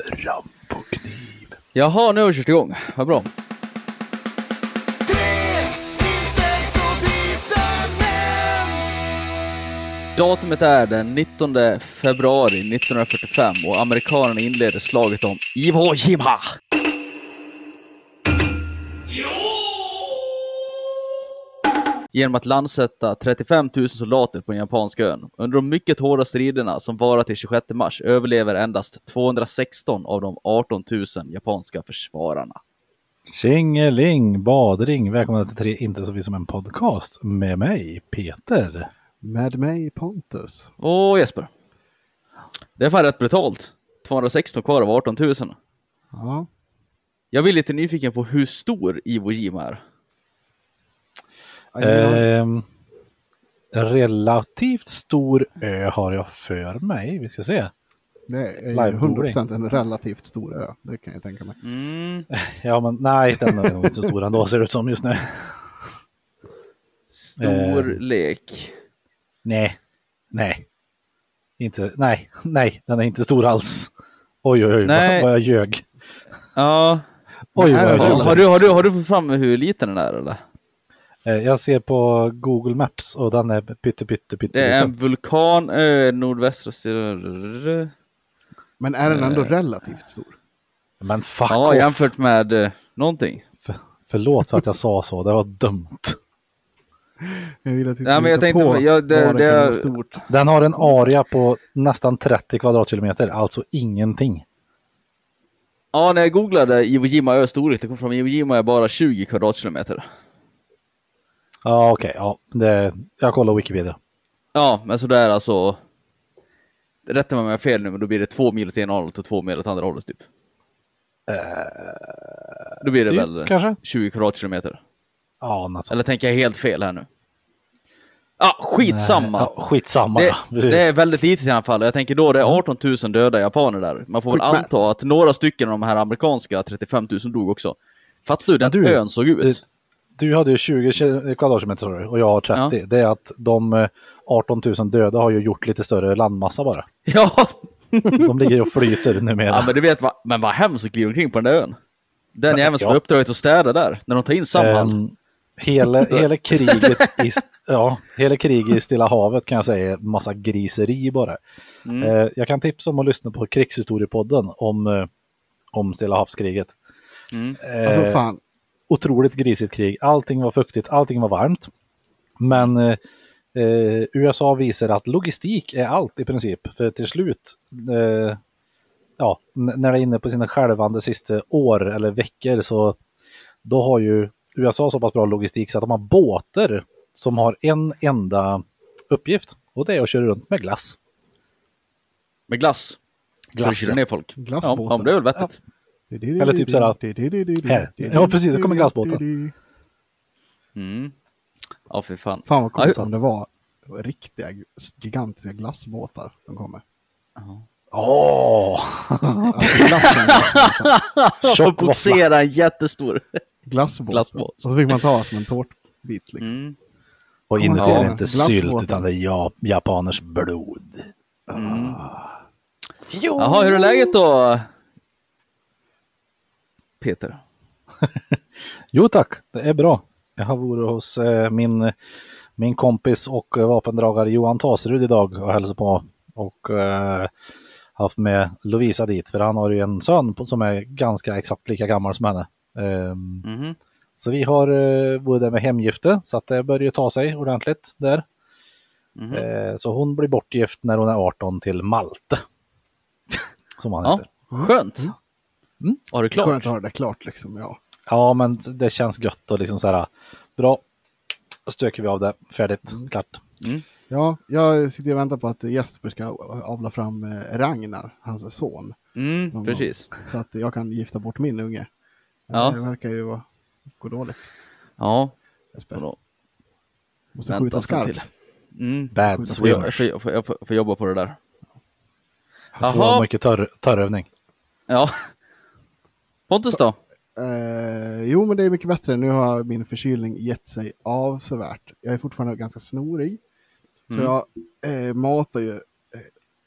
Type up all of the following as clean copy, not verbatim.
Rampokniv. Jaha, nu har vi kört igång. Vad bra. Datumet är den 19 februari 1945 och amerikanerna inleder slaget om Iwo Jima. Genom att landsätta 35 000 soldater på den japanska ön. Under de mycket hårda striderna som varar till 26 mars överlever endast 216 av de 18 000 japanska försvararna. Tjingeling, badring. Välkomna till Tre inte så vi som en podcast med mig, Peter. Med mig, Pontus. Och Jesper. Det är fan rätt brutalt. 216 kvar av 18 000. Ja. Jag är lite nyfiken på hur stor Iwo Jima är. Relativt stor ö har jag för mig. Vi ska se. Det är ju 100% en relativt stor ö. Det kan jag tänka mig. Ja, men nej, den är nog inte så stor ändå, ser det ut som just nu. Storlek. Nej. Inte, nej, den är inte stor alls. Oj, vad jag ljög. Ja. Oj, vad jag ljög. Har du fått fram hur liten den är, eller? Jag ser på Google Maps och den är pytte. Det är en vulkanö nordvästra. Men är den ändå relativt stor? Men fuck ja, off. jämfört med någonting. Förlåt för att jag sa så, det var dumt. Jag vill att du men jag tänkte stort. Den har en area på nästan 30 kvadratkilometer, alltså ingenting. Ja, när jag googlade Iwo Jima ö storlek, det kom fram Iwo Jima är bara 20 kvadratkilometer. Ja, okej. Ja, jag kollar Wikipedia. Ja, men så det är alltså... Rätta mig om jag är fel nu, men då blir det 2 mil åt ena hållet och 2 mil åt andra hållet, typ. Då blir det typ, väl kanske 20 kvadratkilometer. Ja, något sånt. Eller tänker jag helt fel här nu? Ja, skitsamma. Ja, skitsamma. Det är väldigt litet i alla fall. Jag tänker då det är 18 000 döda japaner där. Man får väl anta att några stycken av de här amerikanska 35 000 dog också. Fattar du den ön såg ut? Du hade ju 20 kvadratkilometer och jag har 30. Ja. Det är att de 18 000 döda har ju gjort lite större landmassa bara. Ja. De ligger och flyter numera. Ja, men du vet men vad hemskt att kliva omkring på den där ön. Den är även som uppdraget att städa där. När de tar in Samhall. Hela kriget i Stilla havet kan jag säga är massa griseri bara. Jag kan tipsa om att lyssna på krigshistoriepodden om Stilla havskriget. Alltså fan. Otroligt grisigt krig. Allting var fuktigt, allting var varmt. Men USA visar att logistik är allt i princip. För till slut, när det är inne på sina självande sista år eller veckor, så då har ju USA så pass bra logistik så att de har båtar som har en enda uppgift. Och det är att köra runt med glass. Med glass? Glass, köra ner folk. Ja, det är väl vettigt. Ja. Eller typ sådär här. Ja, precis, det kommer glassbåten. Ja, för fan. Fan vad coolt om det var riktiga gigantiska glassbåtar som kommer. Boxera en jättestor glassbåt. Och så fick man ta som en tårtbit liksom. Och inuti är det inte sylt utan det är japaners blod. Jaha, hur är läget då, Peter? Jo tack, det är bra. Jag har varit hos min kompis och vapendragare Johan Taserud idag och hälsat på. Och haft med Lovisa dit, för han har ju en son som är ganska exakt lika gammal som henne. Så vi har varit där med hemgifte, så att det börjar ju ta sig ordentligt där. Så hon blir bortgift när hon är 18 till Malte. Som han heter. Skönt. Har du klart? Skönt att ha det klart liksom, ja. Ja, men det känns gött och liksom så här, bra, stöker vi av det, färdigt, klart. Ja, jag sitter och väntar på att Jesper ska avla fram Ragnar, hans son. Precis. Så att jag kan gifta bort min unge. Ja. Det verkar ju gå dåligt. Ja. Jesper. Måste skjuta skarpt. Bad swimmers. Jag får jobba på det där. Jag får mycket törrövning. Ja. Pontus då? Jo, men det är mycket bättre. Nu har min förkylning gett sig avsevärt. Jag är fortfarande ganska snorig. Så jag matar ju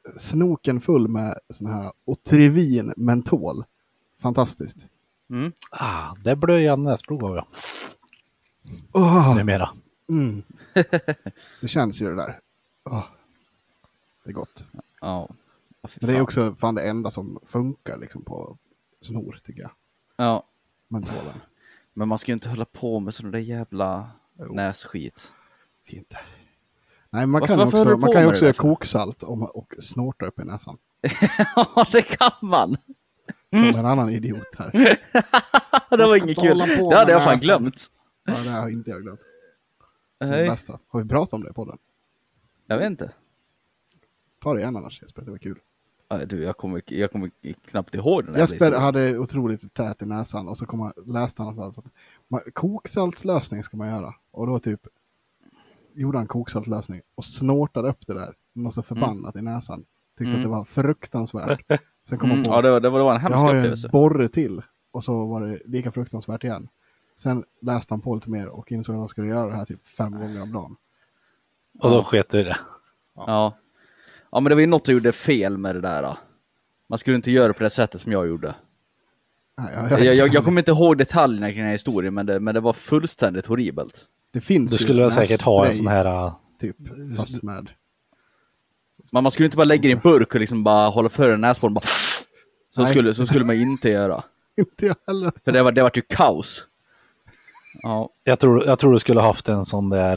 snoken full med sån här Otrivin mentol. Fantastiskt. Mm. Det blöjan näsblod av jag. Numera. Mm. Det känns ju det där. Det är gott. Ja. Men det är också fan det enda som funkar liksom på snor tycker jag. Ja. Mentolen. Men man ska ju inte hålla på med sån där jävla nässkit. Fint. Nej, man Varför kan håller du också, man på kan ju med också det göra där för? koksalt och snorta upp i näsan. Ja, det kan man. Som en annan idiot här. Det var inget kul. Det hade jag fan glömt. Ja, det har inte jag glömt. Det Nej, bästa. Har vi pratat om det på den? jag vet inte. Ta det igen annars Jesper, det var kul. Ja, du, jag kommer knappt ihåg den här Jesper historien. hade otroligt tät i näsan och så läste han någonstans att koksaltlösning ska man göra. Och då typ gjorde han koksaltlösning och snortade upp det där. Något så förbannat i näsan. Tyckte att det var fruktansvärt. Sen kom han på, Ja, det var en hemsk jag har ju en upplevelse. borre till. Och så var det lika fruktansvärt igen. Sen läste han på lite mer och insåg att han skulle göra det här typ 5 gånger om dagen. Och då sket du i det. Ja. Ja, men det var ju något jag gjorde fel med det där. Då. Man skulle inte göra det på det sättet som jag gjorde. Nej, Jag kommer inte ihåg detaljerna kring den här historien, men det var fullständigt horribelt. det finns Du ju skulle väl säkert ha en nässpray, sån här... typ, fast med. Man skulle inte bara lägga det i en burk och liksom bara hålla för en näsborren. Bara... Så skulle man inte göra. Inte jag heller. För det var ju kaos. Ja. Jag tror du skulle haft en sån där...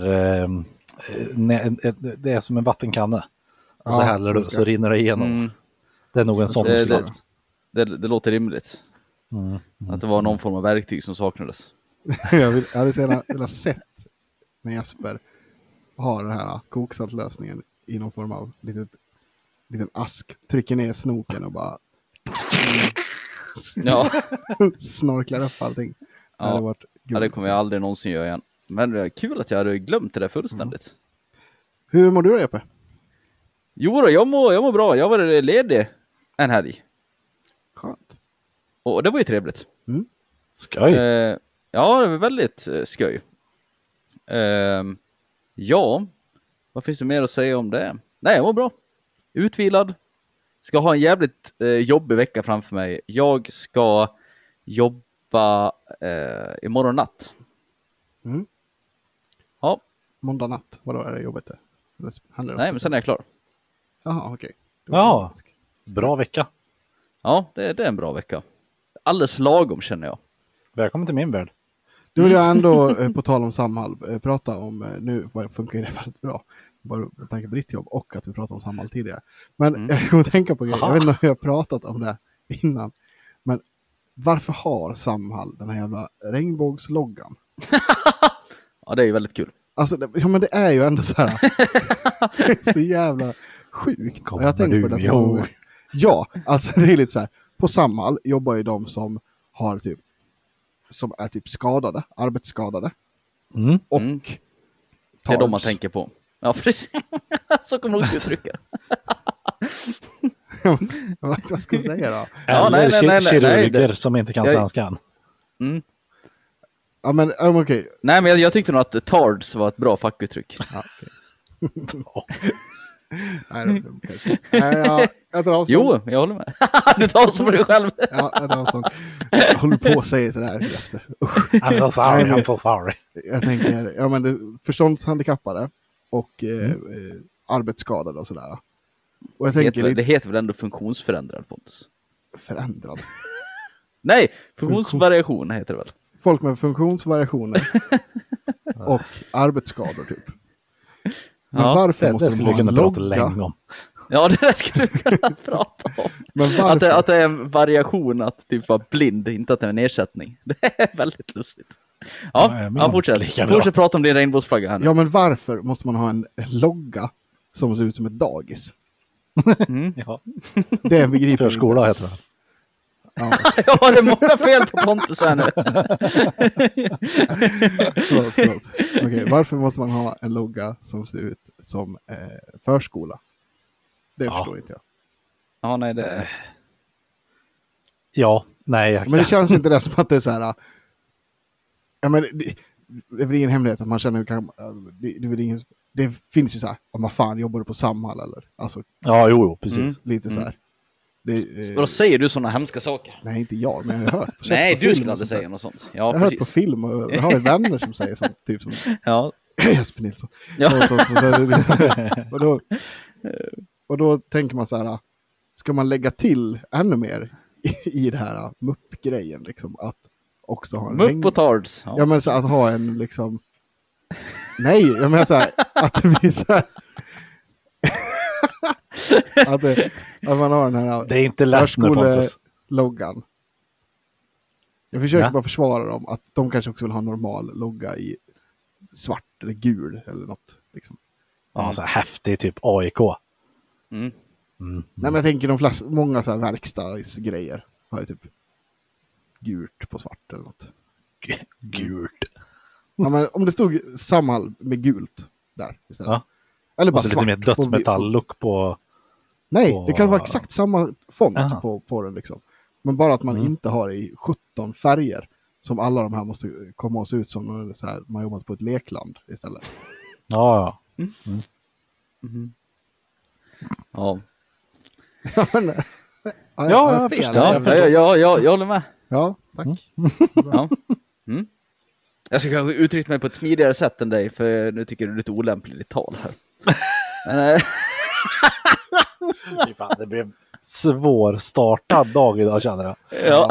det är som en vattenkanna. Och så Ja, häller du, så rinner det igenom. Mm, Det är nog en sån du skulle haft. det låter rimligt. Mm. Att det var någon form av verktyg som saknades. Jag hade sedan velat sett när Jesper har den här koksaltlösningen i någon form av liten ask. Trycker ner snoken och bara Ja, snorklar upp allting. Det hade varit det kommer jag aldrig någonsin göra igen. Men det är kul att jag hade glömt det där fullständigt. Hur mår du då, Jeppe? Jo då, jag mår bra. Jag var ledig en helg. Skönt. Och det var ju trevligt. Skoj. Ja, det var väldigt skoj. Ja, vad finns det mer att säga om det? Nej, jag mår bra. Utvilad. Ska ha en jävligt jobbig vecka framför mig. Jag ska jobba imorgon natt. Mm. Ja. Måndag natt. Vadå är det jobbet? Nej, men sen är jag klar. Jaha, okej. Ja, bra vecka. Ja, det är en bra vecka. Alldeles lagom känner jag. Välkommen till min värld. Nu vill jag ändå, på tal om Samhall, prata om, nu funkar det väldigt bra, bara med tanke på ditt jobb och att vi pratade om Samhall tidigare. Men jag kommer att tänka på grejer, jag vet inte om vi har pratat om det innan, men varför har Samhall den här jävla regnbågsloggan? Ja, det är ju väldigt kul. Alltså, ja men det är ju ändå så här, det är så jävla sjukt. Och jag tänkte på det som ja, alltså det är lite så här, på Samhall jobbar ju de som har typ som är typ skadade, arbetsskadade. Och det är de man tänker på. Ja, precis. Så kommer man uttrycka det. Vad ska jag säga då? Eller kirurger det... som inte kan svenskan. Ja, men okej. Nej, men jag tyckte nog att TARDS var ett bra fackuttryck. Ja, Nej, jag tar avstånd. Jo, jag håller med. Du tar avstånd för dig själv. Ja, jag tar avstånd. Jag håller på att säga sådär, Jesper. I'm so sorry, I'm so sorry. Jag tänker, ja men förståndshandikappade och arbetsskadade och sådär. Och jag tänker Det heter väl ändå funktionsförändrad, Pontus? Förändrad. Nej, funktionsvariation heter det väl? Folk med funktionsvariationer och arbetsskador typ. Men varför måste det de skulle ha vi en kunna prata logga? länge om. Ja, det där skulle vi kunna prata om. Men varför? Att det är en variation att typ vara blind, inte att det är en ersättning. Det är väldigt lustigt. Ja, fortsätt prata om din regnbågsflagga här nu. Ja, men varför måste man ha en logga som ser ut som ett dagis? Ja. Det begriper jag Förskola inte. heter det. Ja. Jag har det många fel på Pontus här nu. Förlåt. Okej, varför måste man ha en logga som ser ut som förskola? Det förstår inte jag. Ja, nej, det... Ja, nej. Men det känns inte det som att det är så här... Ja, men det är väl ingen hemlighet att man känner... Det är väl ingen det finns ju så här, om man fan jobbar på Samhall eller, alltså. Ja, jo, precis. Lite så här. Och då säger du sådana hemska saker? Nej, inte jag, men jag har hört. Nej, du skulle aldrig säga något sånt. Ja, jag har hört på film och jag har ju vänner som säger sånt, typ som ja. Jesper Nilsson. Ja. Och då tänker man så här, ska man lägga till ännu mer i det här mupp-grejen, liksom, att också ha en Mupp-potards. Ja, men så att ha en liksom... Nej, jag menar så här, att det blir så här... att man har den här... Det är inte lätt med Pontus. Loggan. Jag försöker bara försvara dem, att de kanske också vill ha en normal logga i svart eller gul eller något. Liksom. Ja, så här häftig typ AIK. Mm. Nej, men jag tänker många så här verkstadsgrejer har ju typ gult på svart eller något. Gult. Ja, men om det stod Samhall med gult där istället. Ja. Eller bara Och så lite mer dödsmetall-look på... Nej, det kan vara exakt samma font Aha. på den liksom. Men bara att man inte har i 17 färger som alla de här måste komma och se ut som så här, man jobbat på ett lekland istället. Ja. Ja. Jag förstår. Jag håller med. Ja, tack. Ja. Mm. Jag ska kanske uttrycka mig på ett smidigare sätt än dig, för nu tycker du är lite olämpligt i tal här. Men, Fan, det blev svårstartad dag idag, känner jag. ja.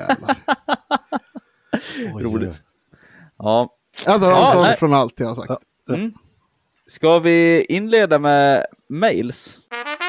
Oj, Roligt. Ja. Jag tar avstånd från allt jag har sagt. Mm. Ska vi inleda med mails?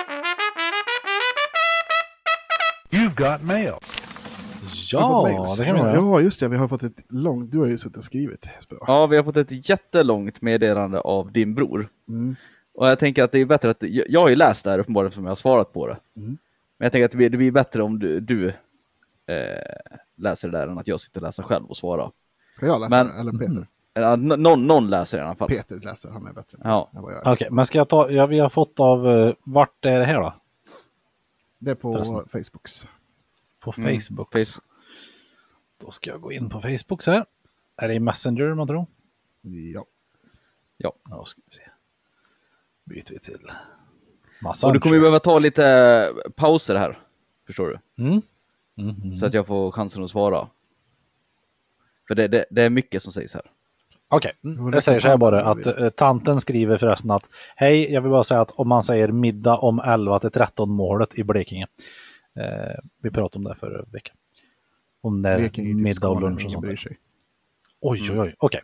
You've got mail. Ja, det kan vi göra. Ja, just det. Vi har fått ett långt... Du har ju suttit och skrivit. Ja, vi har fått ett jättelångt meddelande av din bror. Mm. Och jag tänker att det är bättre att... Jag har ju läst det här uppenbarligen som jag har svarat på det. Mm. Men jag tänker att det blir bättre om du läser det där än att jag sitter och läser själv och svarar. Ska jag läsa det? Eller Peter? Någon läser i alla fall. Peter läser, han är bättre. Ja. Okej, men ska jag ta... Ja, vi har fått av... vart är det här då? Det är på Förresten. Facebooks. På Facebook. Då ska jag gå in på Facebook så här. Är det i Messenger, man tror? Ja. Då ska vi se. Byter vi till massa. Och du kommer ju behöva ta lite pauser här. Förstår du? Så att jag får chansen att svara. För det är mycket som sägs här. Okej, jag säger så här bara att tanten skriver förresten att hej, jag vill bara säga att om man säger middag om 11 till 13 målet i Blekinge. Vi pratade om det förra veckan. Om det Blekinge, typ middag och Skåne, lunch och ingen sånt bryr där. sig. Oj, okej.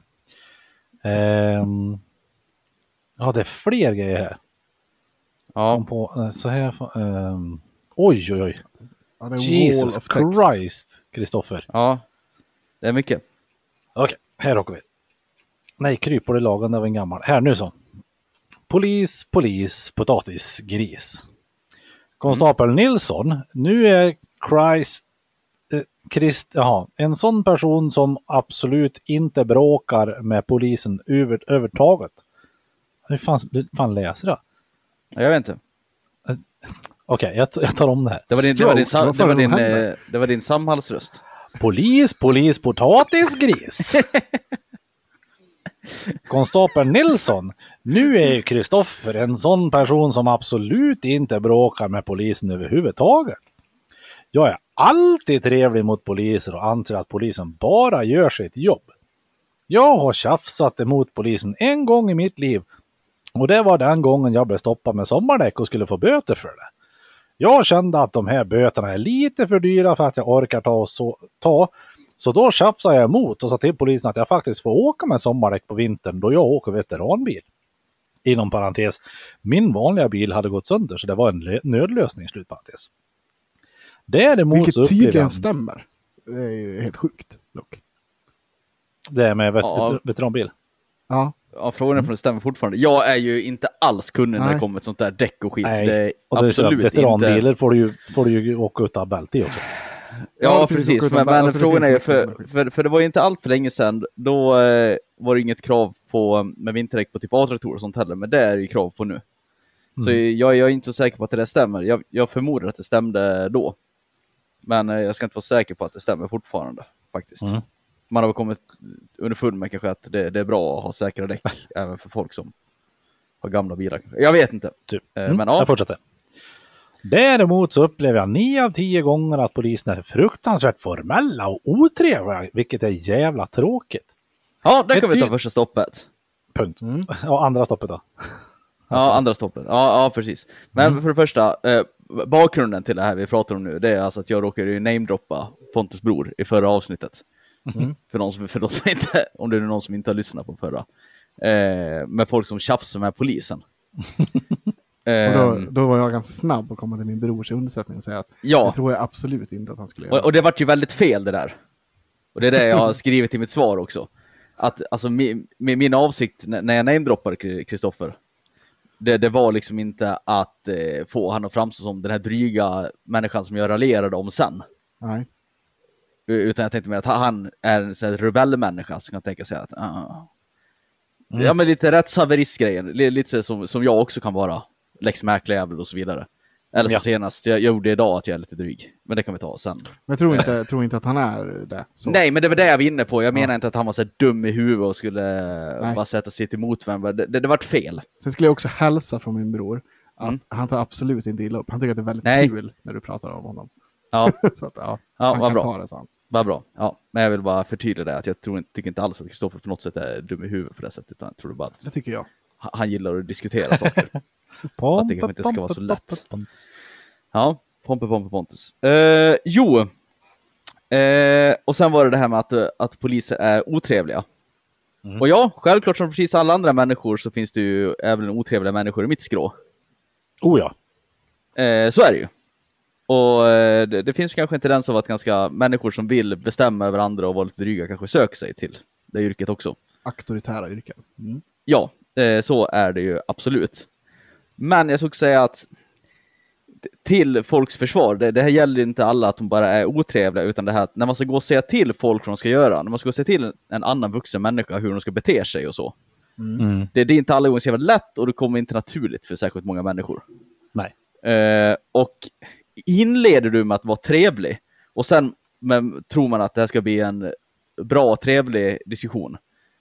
Ja, det är fler grejer här. Ja. På, så här. Oj. Ja, det är Jesus wall of text. Christ, Kristoffer. Ja. Det är mycket. Okej, här åker vi. Nej, krypor i lagen, det var en gammal. Här nu så. Polis, potatis, gris. Konstapel Nilsson, nu är en sån person som absolut inte bråkar med polisen övertaget. Hur fan läser det? Jag vet inte. Okej, jag tar om det här. Det var din Samhallsröst. Polis, potatis, gris. Konstapel Nilsson, nu är Kristoffer en sån person som absolut inte bråkar med polisen överhuvudtaget. Jag är alltid trevlig mot poliser och anser att polisen bara gör sitt jobb. Jag har tjafsat emot polisen en gång i mitt liv och det var den gången jag blev stoppad med sommardäck och skulle få böter för det. Jag kände att de här böterna är lite för dyra för att jag orkar så då tjafsade jag emot och sa till polisen att jag faktiskt får åka med sommardäck på vintern då jag åker veteranbil. Inom parentes, min vanliga bil hade gått sönder så det var en nödlösning, slutparentes. Däremot vilket så tydligen stämmer. Det är ju helt sjukt dock. Det är med veteranbil. Ja. Ja, frågan är om det stämmer fortfarande. Jag är ju inte alls kunnig när det kommer ett sånt där däck och skit. Nej. Det är och det är absolut så, veteranbilar inte... får du ju åka utan bälte i också. Ja, precis. Men alltså, frågan är ju, för det var ju inte allt för länge sedan, då var det inget krav på med vinterdäck på typ A-traktorer och sånt heller, men det är ju krav på nu. Så jag är inte så säker på att det stämmer. Jag förmodar att det stämde då. Men jag ska inte vara säker på att det stämmer fortfarande, faktiskt. Man har väl kommit underfund med kanske att det är bra att ha säkra däck även för folk som på gamla bilar. Jag vet inte. Typ. Men ja. Jag fortsätter. Däremot så upplever jag 9 av 10 gånger att polisen är fruktansvärt formella och otrevliga, vilket är jävla tråkigt. Ja, där kan vi ta första stoppet. Punkt. Och andra stoppet då? Ja, andra stoppet. Ja, precis. Men för det första, bakgrunden till det här vi pratar om nu, det är alltså att jag råkade ju namedroppa Pontus bror i förra avsnittet. För de som inte, om det är någon som inte har lyssnat på förra. Med folk som tjafsar med polisen. Och då var jag ganska snabb att komma till min brors undersökning och säga att det tror jag absolut inte att han skulle göra. Och det vart ju väldigt fel det där. Och det är det jag har skrivit i mitt svar också. Att alltså min avsikt när jag namedroppade Kristoffer, det var liksom inte att få han att framstå som den här dryga människan som jag raljerade om sen. Nej. Utan jag tänkte mer att han är en sån här rebellmänniska som kan tänka sig att ja, men lite rättshaveristgrejen, lite som jag också kan vara, Lex mäklarjävel och så vidare. Eller så senast jag gjorde idag att jag är lite dryg, men det kan vi ta sen. Men jag tror inte att han är det. Så. Nej, men det var det jag var inne på. Jag menar inte att han var så dum i huvudet och skulle bara sätta sig till motvärn. Det vart fel. Sen skulle jag också hälsa från min bror att han tar absolut inte illa upp. Han tycker att det är väldigt kul när du pratar om honom. Ja, så att, ja han vad kan bra. ta det, så han. Vad bra. Ja, men jag vill bara förtydliga det att jag tycker inte alls att Kristoffer på något sätt är dum i huvudet på det sättet. Utan jag tror bara att det tycker jag. Han gillar att diskutera saker. Att det inte ska vara så lätt. Ja, Pontus. Och sen var det här med att poliser är otrevliga. Och ja, självklart som precis alla andra människor så finns det ju även otrevliga människor i mitt skrå. Oh ja. Så är det ju. Och det finns kanske en tendens av att ganska människor som vill bestämma över andra och vara lite dryga kanske söker sig till det yrket också. Auktoritära yrken. Ja, så är det ju absolut. Men jag skulle säga att till folks försvar, det här gäller inte alla att de bara är otrevliga, utan det här att när man ska gå och säga till folk vad de ska göra, när man ska gå och säga till en annan vuxen människa hur de ska bete sig och så. Det är inte alla gånger så jävla lätt och det kommer inte naturligt för särskilt många människor. Nej. Och inleder du med att vara trevlig och sen tror man att det här ska bli en bra, trevlig diskussion.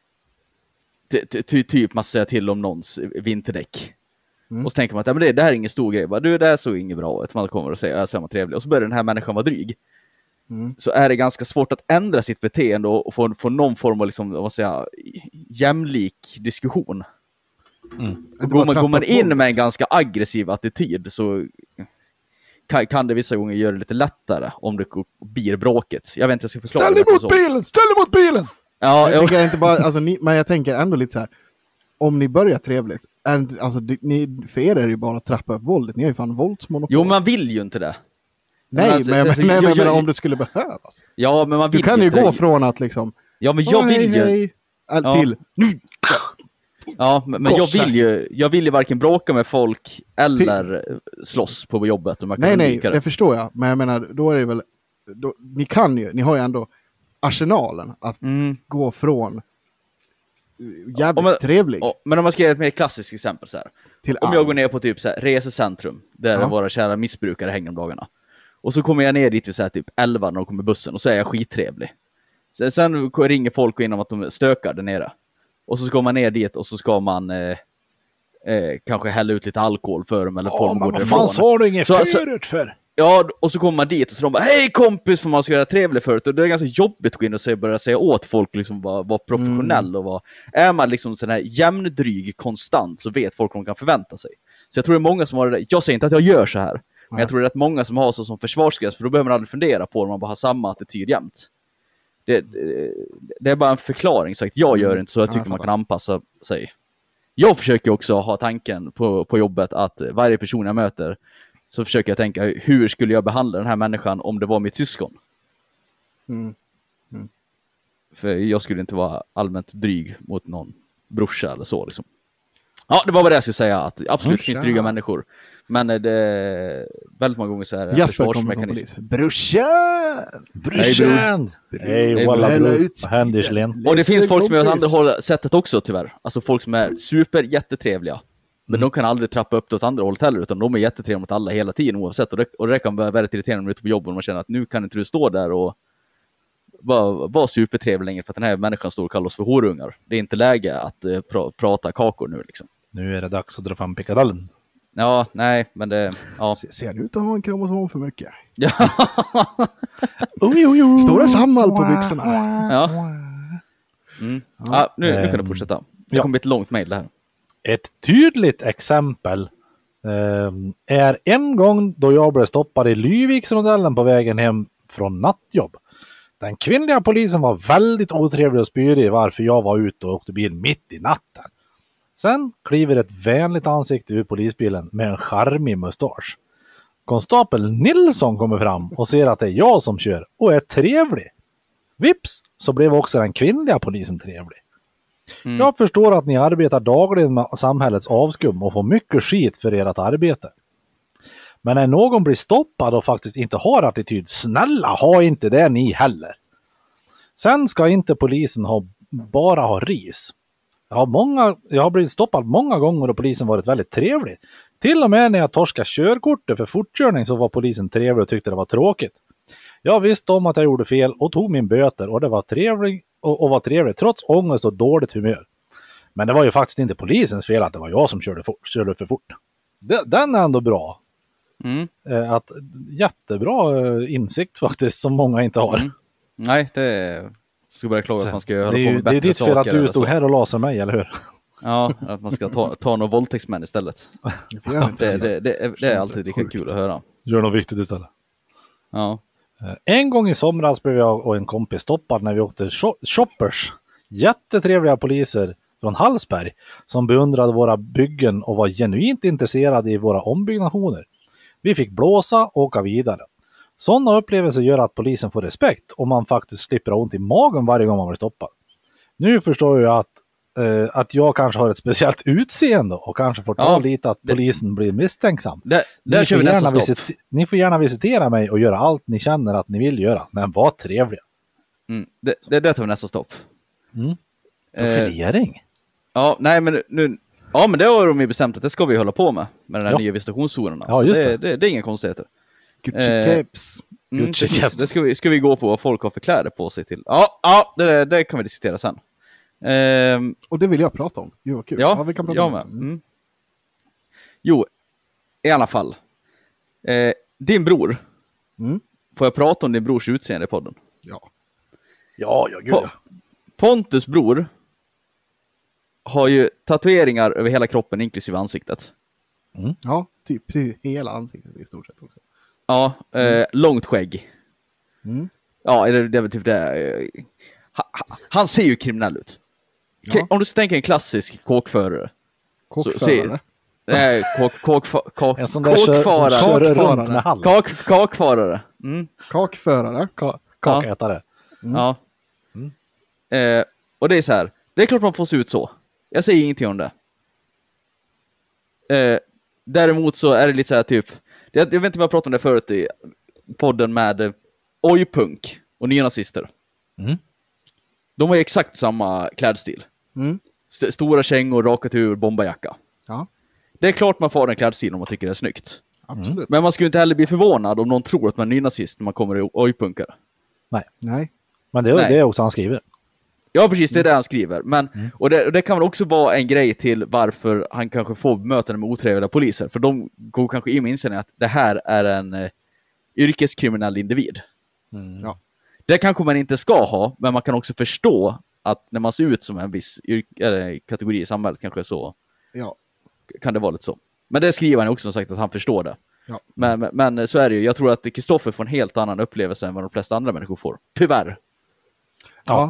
Typ man säger till om någons vinterdäck. Och så tänker man att det här är ingen stor grej. Bara, det här såg inget bra ut. Man kommer och säger så är man trevlig. Och så börjar den här människan vara dryg. Så är det ganska svårt att ändra sitt beteende och få någon form av liksom, vad säger jag, jämlik diskussion. Och går man in med en ganska aggressiv attityd så kan det vissa gånger göra det lite lättare om det blir bråket. Jag vet inte, jag ska förklara. Ställ emot bilen! Ja, jag tänker inte bara, alltså, men jag tänker ändå lite så här. Om ni börjar trevligt, alltså, för er är det ju bara att trappa upp våldet. Ni har ju fan våldsmonopol. Jo, man vill ju inte det. Nej, men om det skulle behövas. Ja, men man vill. Du kan ju gå från att liksom. Ja, men jag vill ju till. Ja, men jag vill ju varken bråka med folk eller slåss på jobbet. Nej, det förstår jag. Men jag menar, då är det väl, ni har ju ändå arsenalen att gå från jävligt trevlig. Men om man ska ge ett mer klassiskt exempel så här. Om jag går ner på typ så här, resecentrum där våra kära missbrukare hänger om dagarna. Och så kommer jag ner dit vid så här, typ 11 när de kommer bussen och så är jag skittrevlig. Sen ringer folk in om att de stökar där nere. Och så ska man ner dit och så ska man kanske hälla ut lite alkohol för dem eller få dem att gå därifrån. Vad fan sa du inget förut för? Ja, och så kommer man dit och så de bara, hej kompis, för man ska göra trevligt förut. Och det är ganska jobbigt att gå in och börja säga åt folk liksom vara professionell och är man liksom sån här jämndryg konstant så vet folk vad de kan förvänta sig. Så jag tror det är många som har det där. Jag säger inte att jag gör så här, men jag tror det är rätt många som har så som försvarsgräns, för då behöver man aldrig fundera på om man bara har samma attityd jämt. Det är bara en förklaring, så att jag gör inte så, jag tycker man kan anpassa sig. Jag försöker också ha tanken på jobbet att varje person jag möter så försöker jag tänka, hur skulle jag behandla den här människan om det var mitt syskon? För jag skulle inte vara allmänt dryg mot någon brorsa eller så liksom. Ja, det var bara det jag skulle säga, att absolut finns dryga människor. Men det är väldigt många gånger så här försvarsmekanism. Brorsan! Hej, walla bror. Vad händer, Slen? Och det finns folk som gör andra sättet också, tyvärr. Alltså folk som är jättetrevliga. Men de kan aldrig trappa upp det åt andra hållet heller, utan de är jättetrevliga mot alla hela tiden oavsett. Och det kan vara väldigt irriterande när man är ute på jobb och man känner att nu kan inte du stå där och vara supertrevlig längre för att den här människan står och kallar oss för horungar. Det är inte läge att prata kakor nu liksom. Nu är det dags att dra fram pickadallen. Ja, nej, men det... Ja. Ser ut att ha en kromosom för mycket. Ja. Står det Samhall på byxorna? Ja. Ja, nu kan du fortsätta. Det kommer bli ett långt mejl det här. Ett tydligt exempel är en gång då jag blev stoppad i Lyviksrondellen på vägen hem från nattjobb. Den kvinnliga polisen var väldigt otrevlig och spyrig varför jag var ute och åkte bil mitt i natten. Sen kliver ett vänligt ansikte ur polisbilen med en charmig mustasch. Konstapel Nilsson kommer fram och ser att det är jag som kör och är trevlig. Vips, så blev också den kvinnliga polisen trevlig. Jag förstår att ni arbetar dagligen med samhällets avskum och får mycket skit för ert arbete. Men när någon blir stoppad och faktiskt inte har attityd, snälla ha inte det ni heller. Sen ska inte polisen bara ha ris. Jag har blivit stoppad många gånger och polisen varit väldigt trevlig. Till och med när jag torskade körkortet för fortkörning så var polisen trevlig och tyckte det var tråkigt. Jag visste om att jag gjorde fel och tog min böter och det var trevligt och var trevligt trots ångest och dåligt humör. Men det var ju faktiskt inte polisens fel att det var jag som körde för fort. Den är ändå bra. Att jättebra insikt faktiskt som många inte har. Nej, det ska börja klaga att man ska hålla på med bättre saker. Det är ditt fel att du stod här och lasade mig, eller hur? Ja, att man ska ta några våldtäktsmän istället. Det är alltid lika kul att höra. Gör något viktigt istället. Ja. En gång i somras blev jag och en kompis stoppad när vi åkte shoppers. Jättetrevliga poliser från Hallsberg som beundrade våra byggen och var genuint intresserade i våra ombyggnationer. Vi fick blåsa och åka vidare. Sådana upplevelser gör att polisen får respekt och man faktiskt slipper ha ont i magen varje gång man blir stoppad. Nu förstår jag att jag kanske har ett speciellt utseende och kanske får ta lite att polisen blir misstänksam. Ni får gärna visitera mig och göra allt ni känner att ni vill göra, men var trevliga. Det tar vi nästa stopp. Profilering? Ja, nej men nu... Ja, men det har de ju bestämt att det ska vi hålla på med den här nya visitationszonerna. Ja, just det är inga konstigheter. Gucci-caps. Det ska vi gå på vad folk har för kläder på sig till. Ja, det kan vi diskutera sen. Och det vill jag prata om. Jo, vad kul. Ja, vi kan prata om det. Jo, i alla fall. Din bror. Får jag prata om din brors utseende i podden? Ja, gud. Pontus bror har ju tatueringar över hela kroppen inklusive ansiktet. Ja, typ hela ansiktet i stort sett också. Ja, långt skägg. Ja, det är väl typ det. Han ser ju kriminell ut. Ja. Om du tänker en klassisk kåkförare. Kåkförare? Nej, en sån där kör runt med hall. Kakfarare. Kakförare? Kakätare. Ja. Och det är så här. Det är klart man får se ut så. Jag säger ingenting om det. Däremot så är det lite så här typ. Jag vet inte vad jag pratade om det förut i podden med ojpunk och nynazister. De har ju exakt samma klädstil. Stora kängor, rakat huvud, bomberjacka. Ja. Det är klart man får den klädstilen om man tycker det är snyggt. Absolut. Men man skulle inte heller bli förvånad om någon tror att man är nynazist när man kommer i ojpunkare. Nej. Men det är också han skriver. Ja, precis, det är det han skriver. Men, och det kan väl också vara en grej till varför han kanske får möten med otrevliga poliser. För de går kanske in med inställningen att det här är en yrkeskriminell individ. Ja. Det kanske man inte ska ha, men man kan också förstå att när man ser ut som en viss kategori i samhället kanske så kan det vara lite så. Men det skriver han också som sagt att han förstår det. Ja. Men så är det ju. Jag tror att Kristoffer får en helt annan upplevelse än vad de flesta andra människor får. Tyvärr. Ja.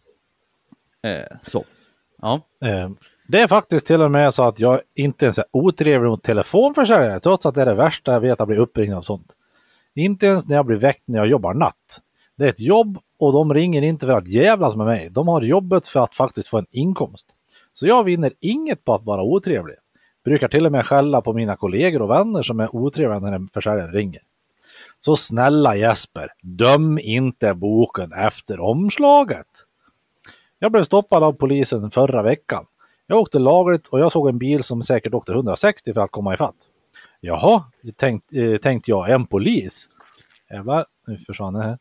Så. Ja. Det är faktiskt till och med så att jag inte ens är otrevlig mot telefonförsäljare, trots att det är det värsta jag vet att bli uppringd av sånt. Inte ens när jag blir väckt när jag jobbar natt. Det är ett jobb och de ringer inte för att jävlas med mig. De har jobbet för att faktiskt få en inkomst. Så jag vinner inget på att vara otrevlig. Brukar till och med skälla på mina kollegor och vänner som är otrevliga när en försäljare ringer. Så snälla Jesper, döm inte boken efter omslaget. Jag blev stoppad av polisen förra veckan. Jag åkte lagligt och jag såg en bil som säkert åkte 160 för att komma ifatt. Jaha, tänkte jag, en polis. Jävlar, nu försvann det här.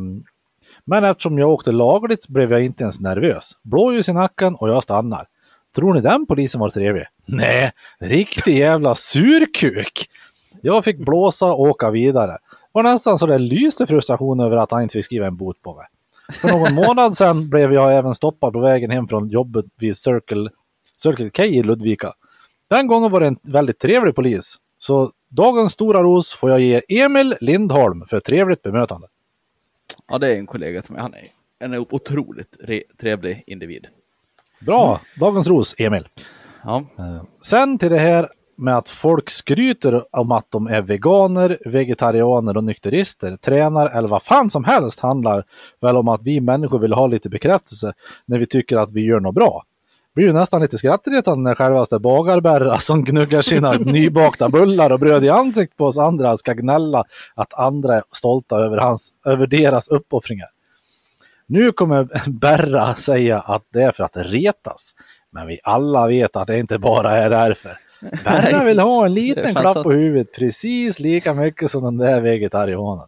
Men eftersom jag åkte lagligt blev jag inte ens nervös. Blåljus i nacken och jag stannar. Tror ni den polisen var trevlig? Nej, riktig jävla surkuk. Jag fick blåsa och åka vidare. Var nästan så det lyste frustration över att han inte fick skriva en bot på mig. För någon månad sedan blev jag även stoppad på vägen hem från jobbet vid Circle K i Ludvika. Den gången var det en väldigt trevlig polis. Så dagens stora ros får jag ge Emil Lindholm för trevligt bemötande. Ja, det är en kollega till mig. Han är en otroligt trevlig individ. Bra, dagens ros Emil. Ja. Sen till det här med att folk skryter om att de är veganer, vegetarianer och nykterister, tränar eller vad fan som helst handlar väl om att vi människor vill ha lite bekräftelse när vi tycker att vi gör något bra. Det blir ju nästan lite skrattretande när självaste bagarbärra som gnuggar sina nybakta bullar och bröd i ansikt på oss andra ska gnälla att andra är stolta över deras uppoffringar. Nu kommer Berra säga att det är för att det retas, men vi alla vet att det inte bara är därför. Berra vill ha en liten klapp på huvudet precis lika mycket som den där vegetarianen.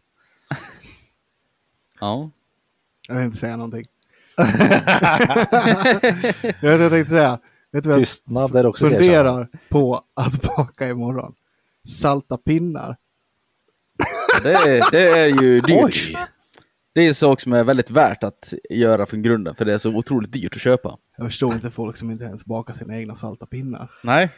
Ja. Jag vill inte säga någonting. Jag tänkte säga. Vet du vad Tystnad är också jag funderar på att baka imorgon? Salta pinnar. Det är ju dyrt. Oj. Det är en sak som är väldigt värt att göra från grunden. För det är så otroligt dyrt att köpa. Jag förstår inte folk som inte ens bakar sina egna salta pinnar. Nej.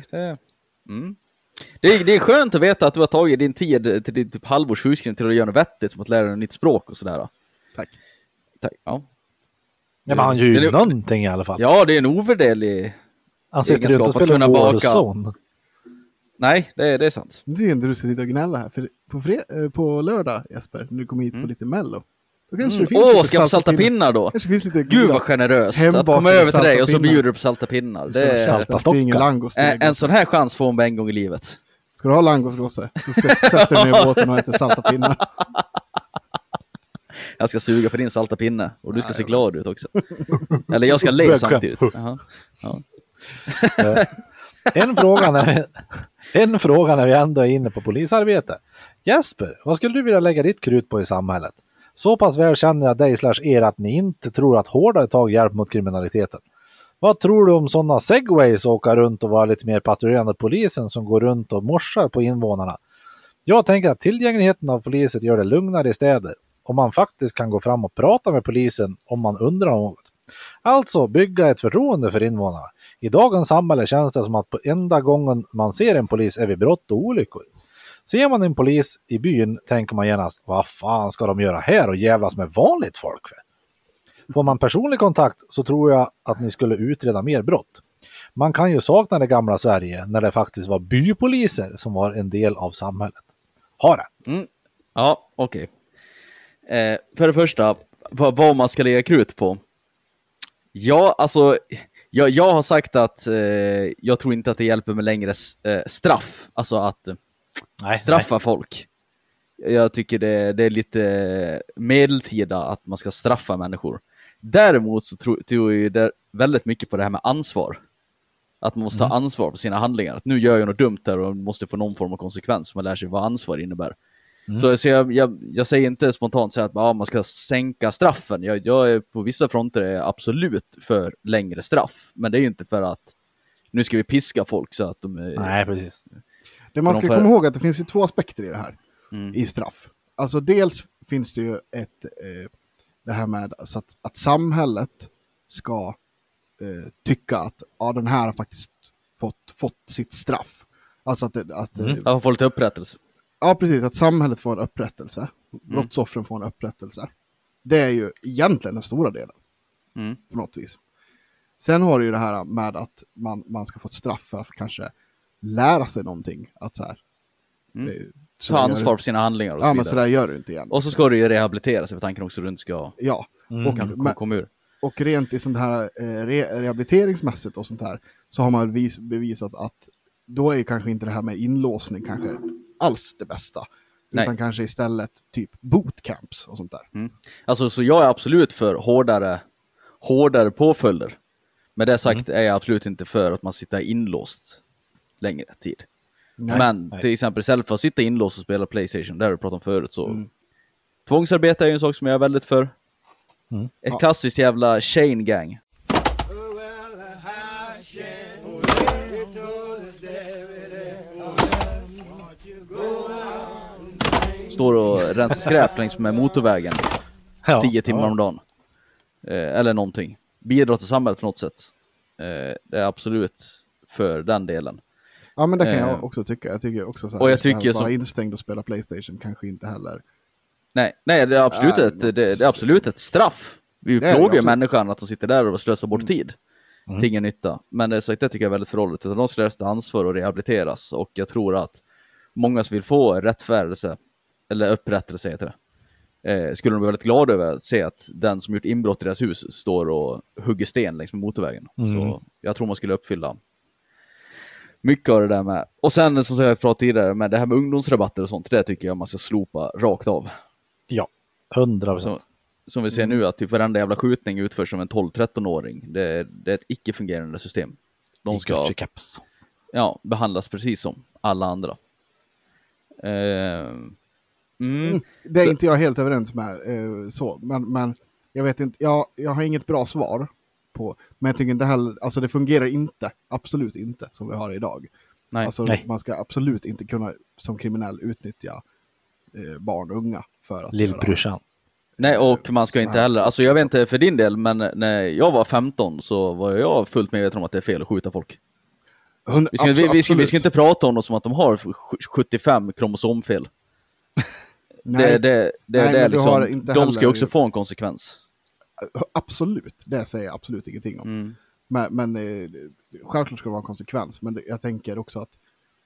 Det är skönt att veta att du har tagit din tid till din typ halvårs huskring till att göra något vettigt. Som att lära dig ett nytt språk och sådär. Tack. Ja. Ja, men han gör ju någonting i alla fall. Ja, det är en ovärderlig Han sitter ut och egenskap att spelar kunna baka. Warzone. Nej, det är sant. Det är inte du ska sitta och gnälla här. För på lördag, Jesper, när du kommer hit på lite mello. Då kanske det finns lite ska jag få salta pinnar då? Kanske finns lite Gud vad generöst att komma över till dig och så bjuder du på salta pinnar. Det är Salta stockar. en sån här chans får man en gång i livet. Ska du ha langosgosse? Då sätter du ner i båten och äter salta pinnar. Jag ska suga på din salta pinne och du ska se glad ut också. Eller jag ska le samtidigt. Jaha. Ja. En fråga när vi ändå är inne på polisarbete. Jesper, vad skulle du vilja lägga ditt krut på i samhället? Så pass väl känner jag dig /er att ni inte tror att hårdare tag hjälp mot kriminaliteten. Vad tror du om sådana segways åka runt och vara lite mer patrullerande polisen som går runt och morsar på invånarna? Jag tänker att tillgängligheten av poliser gör det lugnare i städer. Om man faktiskt kan gå fram och prata med polisen om man undrar något. Alltså bygga ett förtroende för invånarna. I dagens samhälle känns det som att på enda gången man ser en polis är vid brott och olyckor. Ser man en polis i byn tänker man genast, vad fan ska de göra här och jävlas med vanligt folk? Får man personlig kontakt så tror jag att ni skulle utreda mer brott. Man kan ju sakna det gamla Sverige när det faktiskt var bypoliser som var en del av samhället. Ha det! Ja, okej. För det första, vad man ska lägga krut på. Ja, alltså, jag har sagt att jag tror inte att det hjälper med längre straff. Alltså att straffa folk. Jag tycker det är lite medeltida att man ska straffa människor. Däremot så tror jag det väldigt mycket på det här med ansvar. Att man måste ta ansvar för sina handlingar. Att nu gör jag något dumt där och måste få någon form av konsekvens. Man lär sig vad ansvar innebär. Så jag säger inte spontant att man ska sänka straffen. Jag är på vissa fronter är absolut för längre straff. Men det är ju inte för att nu ska vi piska folk så att de är... Nej, precis. Det man ska komma ihåg att det finns ju två aspekter i det här. I straff. Alltså dels finns det ju det här med så att samhället ska tycka att den här har faktiskt fått sitt straff. Alltså att få lite upprättelse. Ja, precis. Att samhället får en upprättelse. Brottsoffren får en upprättelse. Det är ju egentligen den stora delen. På något vis. Sen har du ju det här med att man ska få ett straff för att kanske lära sig någonting. Att så här, ta ansvar för sina handlingar och så vidare. Men så där gör du inte igen. Och så ska du ju rehabilitera sig för tanken också runt ska komma ur. Och rent i sånt här rehabiliteringsmässigt och sånt här så har man bevisat att då är kanske inte det här med inlåsning kanske alls det bästa. Utan kanske istället typ bootcamps och sånt där. Alltså så jag är absolut för hårdare påföljder. Men det sagt är jag absolut inte för att man sitter inlåst längre tid. Men till exempel istället för att sitta inlåst och spela PlayStation, där har vi pratat om förut, så tvångsarbete är ju en sak som jag är väldigt för. Ett klassiskt jävla chain gang. står och rensar skräp längs med motorvägen liksom. 10 timmar om dagen. Eller någonting. Bidrar till samhället på något sätt. Det är absolut för den delen. Ja, men det kan jag också tycka. Jag tycker också så här, och jag tycker vara instängd och spela PlayStation kanske inte heller. Nej, det är absolut, det är absolut ett straff. Vi plågar ju människan att de sitter där och slösar bort tid. Till ingen nytta. Men det tycker jag är väldigt förhålligt. De ska ha ansvar och rehabiliteras. Och jag tror att många som vill få rättfärelse eller upprättelse heter det, skulle de bli väldigt glada över att se att den som gjort inbrott i deras hus står och hugger sten längs med motorvägen. Så jag tror man skulle uppfylla mycket av det där med. Och sen som jag pratade tidigare med det här med ungdomsrabatter och sånt, det tycker jag man ska slopa rakt av. Ja, 100%. Som vi ser nu att typ varenda jävla skjutning utförs som en 12-13-åring. Det är ett icke-fungerande system. De ska behandlas precis som alla andra. Det är inte jag helt överens med så. Men jag vet inte, jag har inget bra svar på. Men jag tycker inte heller, alltså det fungerar inte, absolut inte som vi har idag. Nej. Alltså man ska absolut inte kunna som kriminell utnyttja barn och unga för att Lillbrorsan. Nej, och man ska inte heller, alltså jag vet inte för din del, men när jag var 15 så var jag fullt medveten om att det är fel att skjuta folk. Vi ska inte prata om dem som att de har 75 kromosomfel. Nej, det är liksom, de ska också få en konsekvens. Absolut, det säger jag absolut ingenting om. Men självklart ska det vara en konsekvens. Men jag tänker också att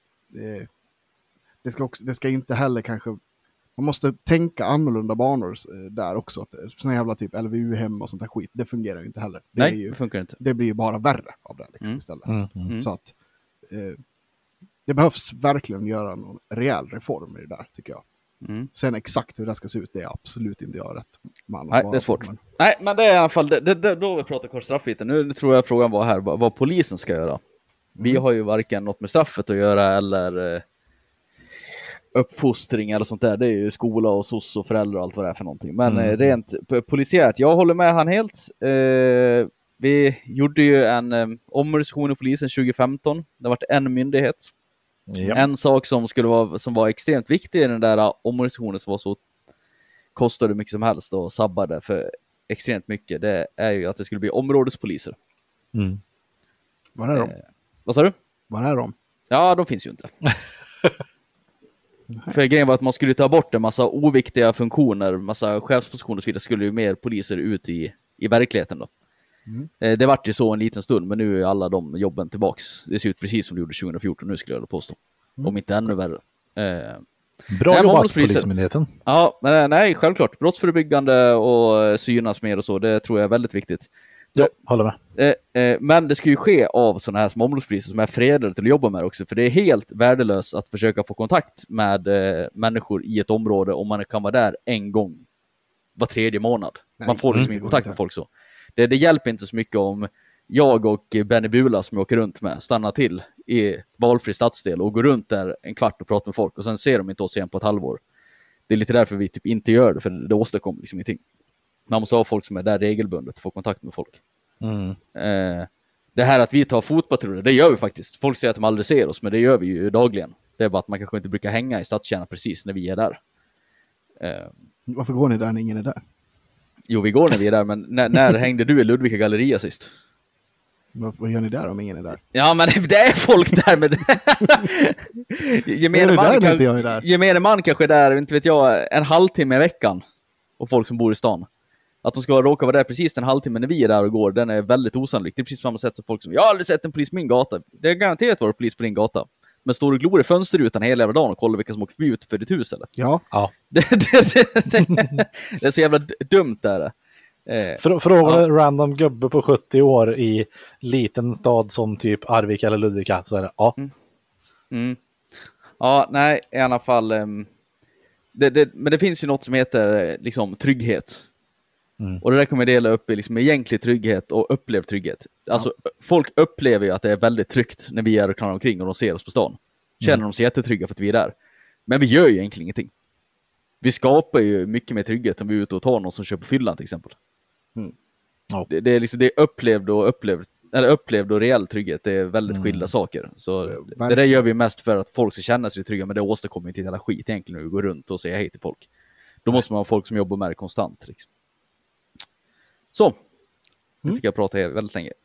det ska inte heller kanske. Man måste tänka annorlunda banor där också. Såna jävla typ LVU-hem och sånt där skit, det fungerar ju inte heller. Det funkar inte. Det blir ju bara värre av det liksom, istället. Så att det behövs verkligen göra någon rejäl reform i det där, tycker jag. Sen exakt hur det ska se ut, det är absolut inte jag rätt man. Nej, det är svårt. Nej, men det är i alla fall, då vi pratar kort straffbiten. Nu tror jag frågan var här, vad polisen ska göra. Vi har ju varken något med straffet att göra eller uppfostring eller sånt där. Det är ju skola och soc och föräldrar och allt vad det är för någonting. Men rent polisiärt, jag håller med han helt. Vi gjorde ju en omorganisation i polisen 2015. Det har varit en myndighet. Ja. En sak som var extremt viktig i den där omorganisationen, som var så kostade mycket som helst och sabbade för extremt mycket, det är ju att det skulle bli områdespoliser. Var är de? Vad sa du? Var är de? Ja, de finns ju inte. För grejen var att man skulle ta bort en massa oviktiga funktioner, massa chefspositioner och så vidare, skulle ju mer poliser ut i verkligheten då. Det vart ju så en liten stund, men nu är alla de jobben tillbaks. Det ser ut precis som det gjorde 2014 nu, skulle jag påstå. Om inte ännu värre. Bra jobbat, Polismyndigheten. Ja, men nej, självklart. Brottsförebyggande och synas mer och så, det tror jag är väldigt viktigt. Ja, håller med. Men det ska ju ske av sådana här som områdespoliser som är fredade till att jobba med också. För det är helt värdelöst att försöka få kontakt med människor i ett område om man kan vara där en gång var 3:e månad. Man får liksom ingen kontakt med folk så. Det hjälper inte så mycket om jag och Benny Bula som jag åker runt med stannar till i valfri stadsdel och går runt där en kvart och pratar med folk och sen ser de inte oss igen på ett halvår. Det är lite därför vi typ inte gör det, för det åstadkommer liksom ingenting. Man måste ha folk som är där regelbundet och få kontakt med folk. Det här att vi tar fotpatruller, det gör vi faktiskt. Folk säger att de aldrig ser oss, men det gör vi ju dagligen. Det är bara att man kanske inte brukar hänga i stadskärnan precis när vi är där. Varför går ni där när ingen är där? Jo, vi går när vi är där, men när hängde du i Ludvika galleria sist? Vad gör ni där om ingen är där? Ja, men det är folk där med gemene man kanske är där, inte vet jag, en halvtimme i veckan. Och folk som bor i stan. Att de ska råka vara där precis en halvtimme när vi är där och går, den är väldigt osannolik. Det är precis samma sätt som folk som, jag har aldrig sett en polis på min gata. Det är garanterat vara polis på din gata. Men står du glor i fönsterrutan hela jävla dagen och kollar vilka som åker förbi ut för ditt hus, eller? Ja. Det är så jävla dumt där. Fråga random gubbe på 70 år i liten stad som typ Arvika eller Ludvika, så är det ja. Ja, nej, i alla fall. Men det finns ju något som heter liksom trygghet. Och det där kommer jag dela upp i liksom egentlig trygghet och upplevd trygghet. Alltså folk upplever ju att det är väldigt tryggt när vi är och klarar omkring och de ser oss på stan. Känner de sig jättetrygga för att vi är där. Men vi gör ju egentligen ingenting. Vi skapar ju mycket mer trygghet om vi är ute och tar någon som köper fyllan till exempel. Det är liksom det är upplevd och upplevd eller upplevd och reell trygghet, det är väldigt skilda saker. Så det där gör vi mest för att folk ska känna sig trygga, men det åstadkommer inte hela skit egentligen när vi går runt och säger hej till folk. Då måste man ha folk som jobbar med det konstant. Liksom. Så, nu fick jag prata här väldigt länge.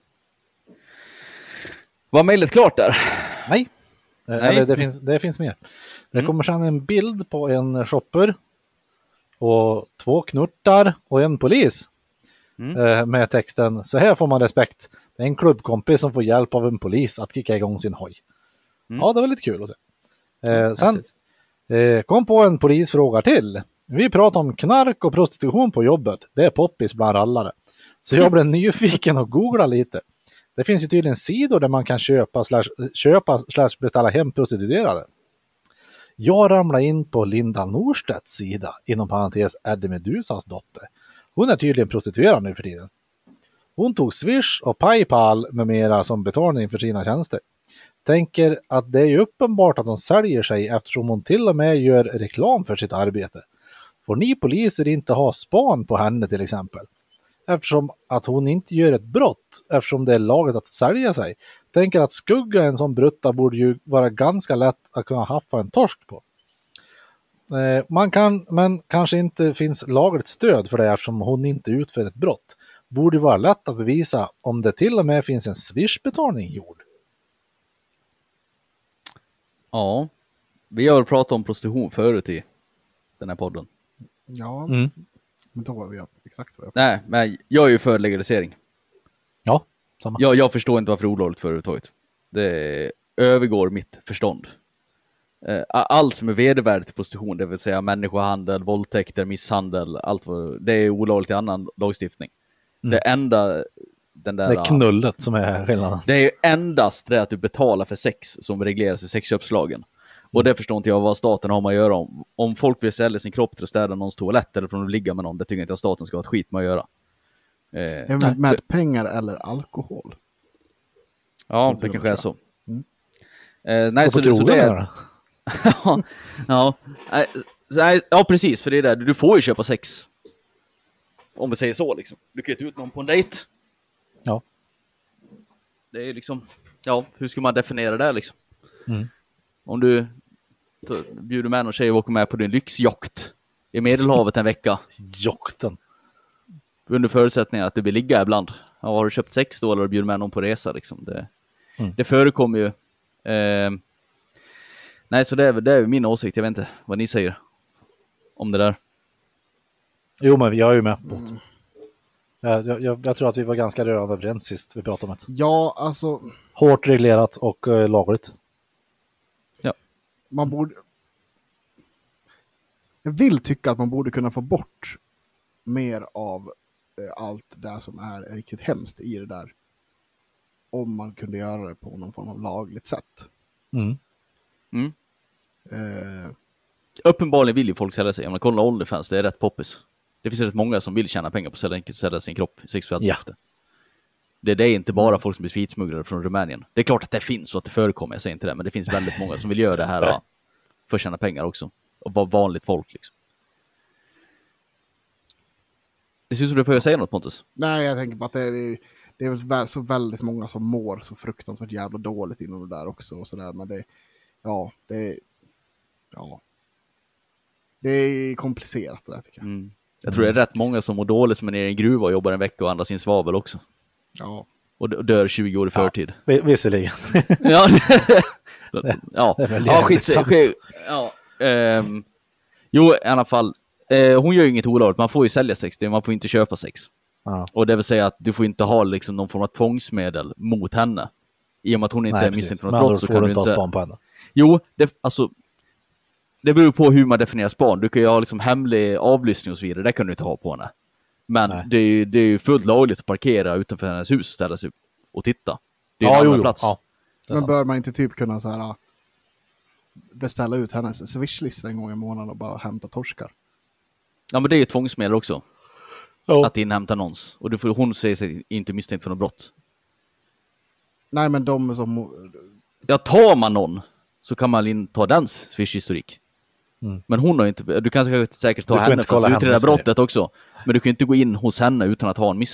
Var mejlet klart där? Nej. Eller det finns mer. Det kommer sedan en bild på en shopper och 2 knurtar och en polis. Med texten: så här får man respekt. Det är en klubbkompis som får hjälp av en polis att kicka igång sin hoj. Ja, det var lite kul att se. Sen kom på en polisfråga till. Vi pratar om knark och prostitution på jobbet. Det är poppis bland rallare. Så jag blev nyfiken och googlade lite. Det finns ju tydligen sidor där man kan köpa / beställa hem prostituerade. Jag ramlade in på Linda Norstedts sida, inom parentes Eddie Medusas dotter. Hon är tydligen prostituerad nu för tiden. Hon tog Swish och Paypal med mera som betalning för sina tjänster. Tänker att det är ju uppenbart att hon säljer sig eftersom hon till och med gör reklam för sitt arbete. Får ni poliser inte ha span på henne till exempel? Eftersom att hon inte gör ett brott, eftersom det är laget att sälja sig. Tänker att skugga en sån brutta borde ju vara ganska lätt att kunna haffa en torsk på. Men kanske inte finns lagligt stöd för det eftersom hon inte utför ett brott. Borde vara lätt att bevisa om det till och med finns en Swish-betalning gjord. Ja, vi har pratat om prostitution förut i den här podden. Ja, men då var vi exakt vad jag... Nej, men jag är ju för legalisering. Ja, samma. Jag förstår inte varför det är olagligt för överhuvudtaget. Det övergår mitt förstånd. Allt som är vedervärdigt till prostitution, det vill säga människohandel, våldtäkter, misshandel, allt det är olagligt i annan lagstiftning. Det enda den där, det är knullet som är skillnaden. Det är ju endast det att du betalar för sex som regleras i sexköpslagen. Och det förstår inte jag vad staten har med att göra om folk vill sälja sin kropp till att städa någons toalett eller från att ligga med någon, det tycker jag inte att staten ska ha ett skit med att göra. Med pengar eller alkohol? Ja, det kanske är så. Nej, så det är... ja, precis, för det är där. Du får ju köpa sex. Om vi säger så liksom. Du kan ju ta ut någon på en dejt. Ja. Det är liksom, ja, hur ska man definiera det liksom? Om du bjuder med någon tjej och åker med på din lyxjakt i Medelhavet en vecka. Jakten. Under förutsättning att det blir ligga ibland. Ja, har du köpt sex då eller bjuder med någon på resa liksom? Det förekommer ju. Nej, så det är min åsikt. Jag vet inte vad ni säger om det där. Jo, men jag är ju med på jag tror att vi var ganska rörande överens sist vi pratade om det. Ja, alltså... Hårt reglerat och lagligt. Ja. Man borde... Jag vill tycka att man borde kunna få bort mer av allt det som är riktigt hemskt i det där. Om man kunde göra det på någon form av lagligt sätt. Uppenbarligen vill ju folk sälja sig. Om man kollar OnlyFans, det är rätt poppis. Det finns rätt många som vill tjäna pengar på att sälja sin kropp i sexuellt syfte. Det är inte bara folk som blir spritsmugglare från Rumänien. Det är klart att det finns och att det förekommer, jag säger inte det. Men det finns väldigt många som vill göra det här för att tjäna pengar också. Och vara vanligt folk liksom. Det syns som du får säga något, Pontus. Nej, jag tänker på att det är väl så väldigt många som mår så fruktansvärt jävla dåligt inom det där också. Och så där. Men det är komplicerat det där, tycker jag. Jag tror det är rätt många som mår dåligt som är nere i en gruva och jobbar en vecka och andas sin svavel också. Ja. Och dör 20 år i förtid. Visserligen. Jo, i alla fall. Hon gör ju inget olagligt. Man får ju sälja sex. Man får inte köpa sex. Och det vill säga att du får inte ha liksom någon form av tvångsmedel mot henne. I och med att hon inte är misstänkt för något brott så kan du inte ha span på henne. Jo, det beror på hur man definierar span. Du kan ju ha liksom hemlig avlyssning och så vidare. Det kan du inte ha på henne. Men det är ju fullt lagligt att parkera utanför hennes hus och ställa sig och titta. Det är en annan plats. Ja, men bör man inte typ kunna så här beställa ut hennes swishlista en gång i månaden och bara hämta torskar? Ja, men det är ju tvångsmedel också. Att inhämta någons. Och hon säger sig inte misstänkt för något brott. Nej, men de som... Ja, tar man någon så kan man ta dens Swish-historik. Men hon har inte... Du kan säkert ta henne för att utreda brottet också. Men du kan inte gå in hos henne utan att ha en misstänkt.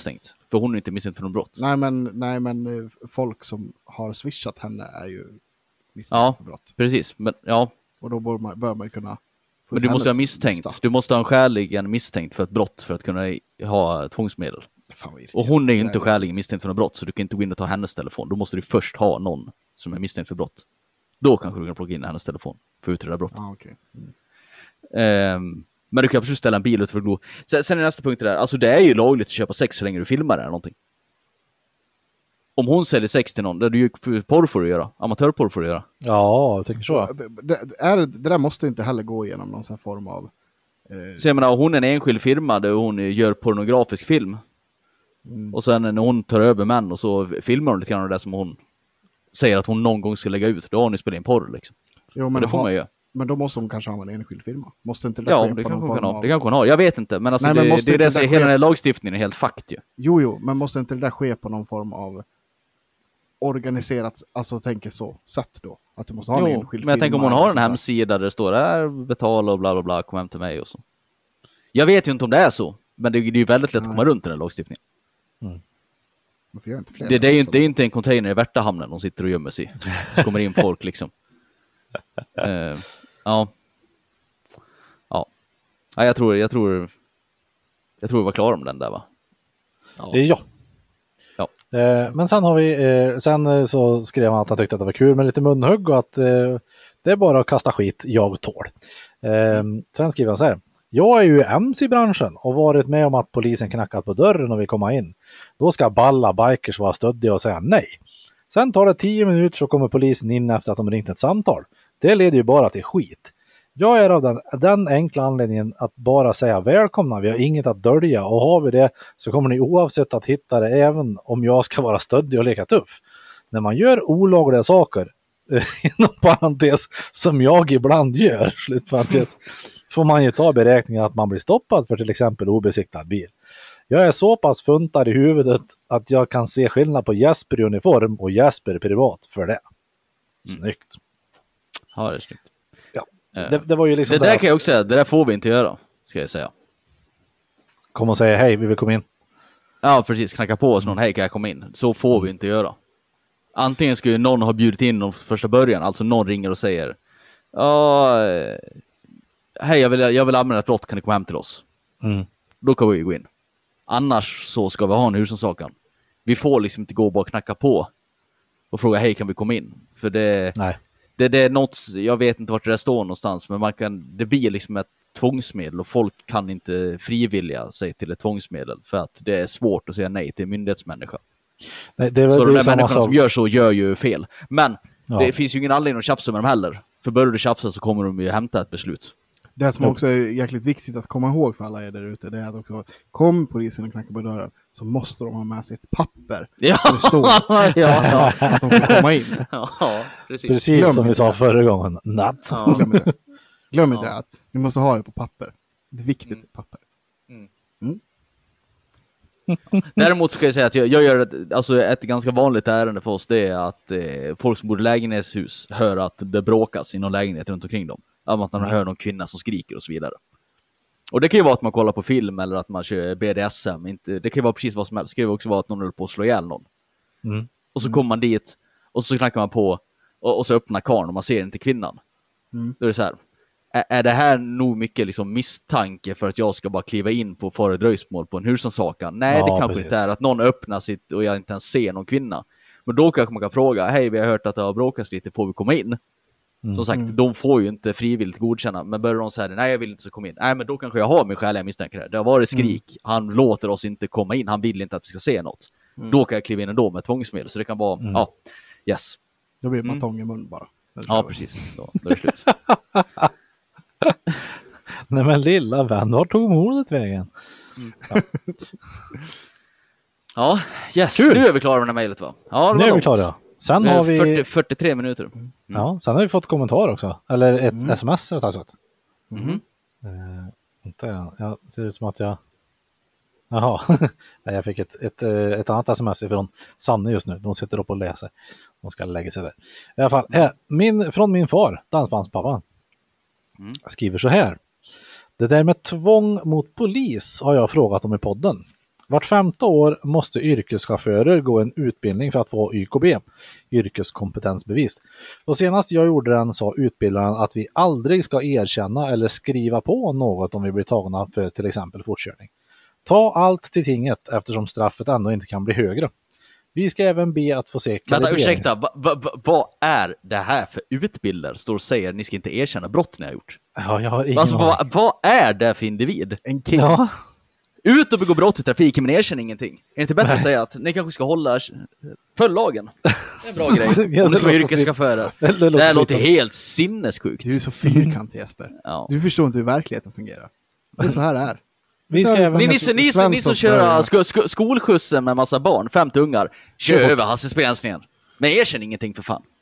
För hon är inte misstänkt för något brott. Nej, men folk som har swishat henne är ju misstänkt för brott. Precis. Men, Och då bör man ju kunna... Men du måste ha misstänkt. Lista. Du måste ha en skäligen misstänkt för ett brott för att kunna ha tvångsmedel. Fan, Och hon är ju inte skäligen misstänkt för något brott, så du kan inte gå in och ta hennes telefon. Då måste du först ha någon som är misstänkt för brott. Då kanske du kan plocka in hennes telefon för att utreda brott. Okay. Men du kan absolut ställa en bil ut för att sen är nästa punkt där. Alltså det är ju lagligt att köpa sex så länge du filmar det eller någonting. Om hon säljer sex till någon, det är ju porr får du göra. Amatörporr får du göra. Ja, jag tycker så. Det där måste inte heller gå igenom någon sån form av... Så jag menar, hon är en enskild firma där hon gör pornografisk film. Och sen när hon tar över män och så filmar hon lite grann av det som hon säger att hon någon gång ska lägga ut. Då har hon ju spelat in porr liksom. Jo, men det får man ju göra. Men då måste hon kanske ha en enskild firma. Måste inte det Ja, ske det på kanske någon hon form kan ha. av... Det kanske hon har. Jag vet inte. Men alltså Nej, men det måste är det inte som hela den här lagstiftningen är helt fakt ju. Jo, men måste inte det där ske på någon form av organiserat, alltså tänker så, sätt då? Att du måste ha en enskild men jag tänker om hon firma har en hemsida där det står betala och bla bla bla, kom hem till mig och så. Jag vet ju inte om det är så, men det är ju väldigt lätt att komma runt den här lagstiftningen. Varför gör inte fler Det är ju inte en container i Värtahamnen de sitter och gömmer sig. Så kommer in folk liksom. Ja. Ja, jag tror vi var klara om den där, va? Ja. Men sen har vi sen så skrev han att han tyckte att det var kul med lite munhugg och att det är bara att kasta skit jag tål. Sen skriver han så här: jag är ju i MC-branschen och varit med om att polisen knackat på dörren och vill komma in. Då ska balla bikers vara stöddiga och säga nej. Sen tar det 10 minuter så kommer polisen in efter att de ringt ett samtal. Det leder ju bara till skit. Jag är av den enkla anledningen att bara säga välkomna, vi har inget att dölja och har vi det så kommer ni oavsett att hitta det även om jag ska vara stöddig och leka tuff. När man gör olagliga saker, inom parentes, som jag ibland gör, slutparentes, får man ju ta beräkningen att man blir stoppad för till exempel obesiktad bil. Jag är så pass funtad i huvudet att jag kan se skillnad på Jesper i uniform och Jesper privat för det. Snyggt. Ja, det är snyggt. Det var ju liksom det där kan jag också säga, det där får vi inte göra, ska jag säga. Kom och säga hej, vi vill komma in. Ja, precis. Knacka på oss någon, hej kan jag komma in. Så får vi inte göra. Antingen skulle någon ha bjudit in från första början, alltså någon ringer och säger hej, jag vill använda ett brott, kan ni komma hem till oss? Då kan vi ju gå in. Annars så ska vi ha en husrannsakan. Vi får liksom inte gå och bara knacka på och fråga hej, kan vi komma in? För det är något, jag vet inte vart det där står någonstans, men det blir liksom ett tvångsmedel och folk kan inte frivilliga sig till ett tvångsmedel för att det är svårt att säga nej till en myndighetsmänniska. Nej, så de där människorna som gör så gör ju fel. Men det finns ju ingen anledning att tjafsa med dem heller. För börjar du tjafsa så kommer de ju hämta ett beslut. Det som också är jäkligt viktigt att komma ihåg för alla er där ute, det är att också kom polisen och knackar på dörren så måste de ha med sig ett papper. Ja, det står att de får komma in. Ja, precis som vi sa förra gången. Natt. Glöm inte att vi måste ha det på papper. Det är viktigt papper. Däremot ska jag säga att jag gör ett ganska vanligt ärende för oss, det är att folk som bor i lägenhetshus hör att det bråkas i någon lägenhet runt omkring dem. Att man hör någon kvinna som skriker och så vidare. Och det kan ju vara att man kollar på film eller att man kör BDSM. Det kan ju vara precis vad som helst. Det kan ju också vara att någon håller på att slå ihjäl någon. Och så kommer man dit och så knackar man på och så öppnar karn och man ser inte kvinnan. Då är det så här. Är det här nog mycket liksom misstanke för att jag ska bara kliva in på föredröjsmål på en husrannsakan? Nej, det kanske inte är att någon öppnar sitt och jag inte ens ser någon kvinna. Men då kanske man kan fråga, hej, vi har hört att det har bråkats lite, får vi komma in? Som sagt, de får ju inte frivilligt godkänna. Men börjar de säga, nej jag vill inte så komma in. Nej, men då kanske jag har min skäliga misstänkare. Det har varit skrik, han låter oss inte komma in, han vill inte att vi ska se något. Då kan jag kliva in ändå med tvångsmedel. Så det kan vara, yes. Då blir det batong i mun bara. Ja, precis. Då är det slut. Nej men lilla vän, var tog mordet vägen? Ja, yes. Kul. Nu är vi klara med det här mejlet, va? Ja, nu är vi klara. Sen har vi 43 minuter. Ja, sen har vi fått kommentar också. Eller ett sms rättare sagt. Jag ser ut som att jag... Jaha, jag fick ett annat sms från Sanne just nu. De sitter upp och läser. De ska lägga sig där. I alla fall, från min far, dansbandspappa. Skriver så här. Det där med tvång mot polis har jag frågat om i podden. Vart 5:e år måste yrkeschaufförer gå en utbildning för att få YKB, yrkeskompetensbevis. Och senast jag gjorde den sa utbildaren att vi aldrig ska erkänna eller skriva på något om vi blir tagna för till exempel fortkörning. Ta allt till tinget eftersom straffet ändå inte kan bli högre. Vi ska även be att få se Vänta, ursäkta, vad är det här för utbildare? Står och säger att ni ska inte erkänna brott ni har gjort. Ja, jag har ingen Alltså, aning. vad är det för individ? En king. Ja, Ut och begå brott i trafiken men erkänner ingenting. Är det inte bättre att säga att ni kanske ska följ lagen? Det är en bra grej. Ja, Om det du ska vara låter yrkeschaufförer. det Det här låter lite- helt sinnessjukt. Du är så fyrkantig Jesper. Ja. Du förstår inte hur verkligheten fungerar. Det är så här det är. Vi ska även... Ni som kör skolskjutsen med massa barn, 50 ungar, kör över hastighetsbegränsningen. Men erkänn ingenting för fan.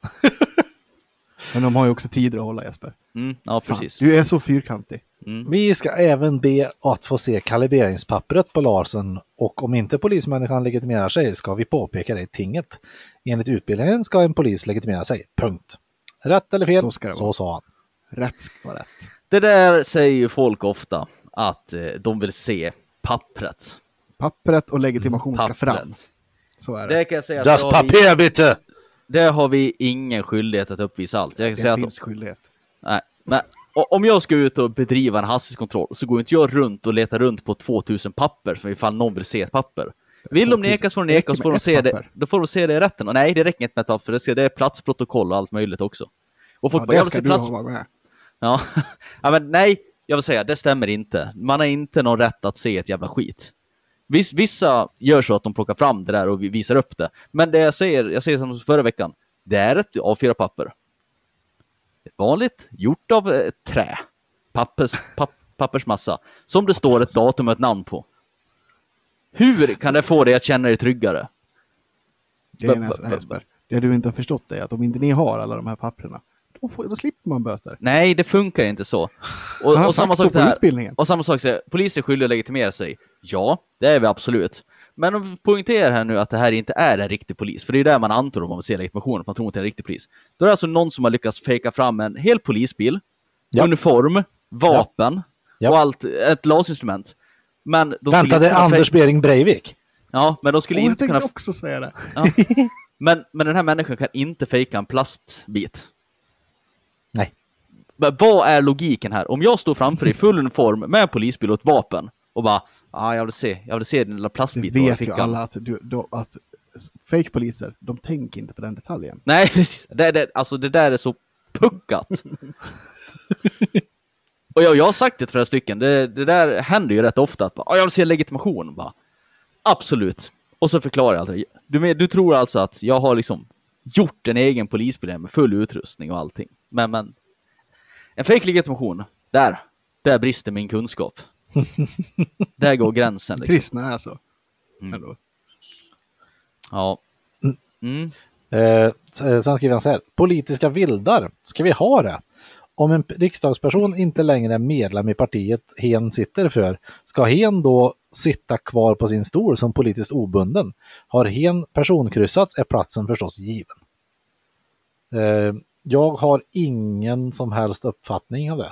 Men de har ju också tider att hålla, Jesper. Ja, Fan, precis. du är så fyrkantig. Vi ska även be att få se kalibreringspappret på Larsen och om inte polismänniskan legitimerar sig ska vi påpeka det i tinget. Enligt utbildningen ska en polis legitimera sig. Punkt. Rätt eller fel? Så ska det vara. Så sa han. Rätt ska vara rätt. Det där säger ju folk ofta, att de vill se pappret. Pappret och legitimation ska fram. Pappret. Så är det. Det kan jag säga att Das Papier bitte! det har vi ingen skyldighet att uppvisa allt. Jag kan säga Det att finns skyldighet. nej, men om jag ska ut och bedriva en hastighetskontroll så går inte jag runt och letar runt på 2000 papper för ifall någon vill se ett papper. Vill de 2000. nekas får de nekas, får de se det, papper. då får de se det i rätten. Och nej, det räcker inte med ett papper, det är platsprotokoll och allt möjligt också. Och folk Ja, bara, jag det vill ska se du plats... ha med. Ja. Ja, men nej, jag vill säga, det stämmer inte. Man har inte någon rätt att se ett jävla skit. Vissa gör så att de plockar fram det där och visar upp det. Men det jag säger som förra veckan, det är ett A4-papper. Ett vanligt, gjort av trä. Pappersmassa. Som det står ett datum och ett namn på. Hur kan det få dig att känna dig tryggare? Grejen är så här, Jesper. Det du inte har förstått är att om inte ni har alla de här papperna, då slipper man böter. Nej, det funkar inte så. Han har Och samma sagt så sak på där. utbildningen. Och samma sak säger, poliser är skyldiga att legitimera sig. Ja, det är vi absolut. Men om vi poängterar här nu att det här inte är en riktig polis, för det är där man antar om man ser legitimationen, att man tror inte det är en riktig polis. Då är det alltså någon som har lyckats fejka fram en hel polisbil, uniform, vapen och allt, ett lasinstrument. Men de skulle Vänta, det är inte kunna Anders Bering Breivik. Ja, men de skulle Jag inte tänkte kunna... också säga det. Ja. Men den här människan kan inte fejka en plastbit. Nej. Men vad är logiken här? Om jag står framför dig i full uniform med en polisbil och ett vapen och bara, jag vill se den lilla Det plastbiten i vet ju fickan. alla att fake-poliser, de tänker inte på den detaljen. Nej, precis. Alltså det där är så puckat. Och jag har sagt det till flera stycken. Det där händer ju rätt ofta. Att jag vill se legitimation. Bara, absolut. Och så förklarar jag aldrig. Du tror alltså att jag har liksom gjort en egen polisbil med full utrustning och allting. Men en fake legitimation, där brister min kunskap. Där går gränsen. Liksom. Trist när det är så. Ändå. Ja. Mm. Sen skriver han så här. Politiska vildar, ska vi ha det? Om en riksdagsperson inte längre är medlem i partiet hen sitter för, ska hen då sitta kvar på sin stol som politiskt obunden? Har hen personkryssats är platsen förstås given. Jag har ingen som helst uppfattning av det.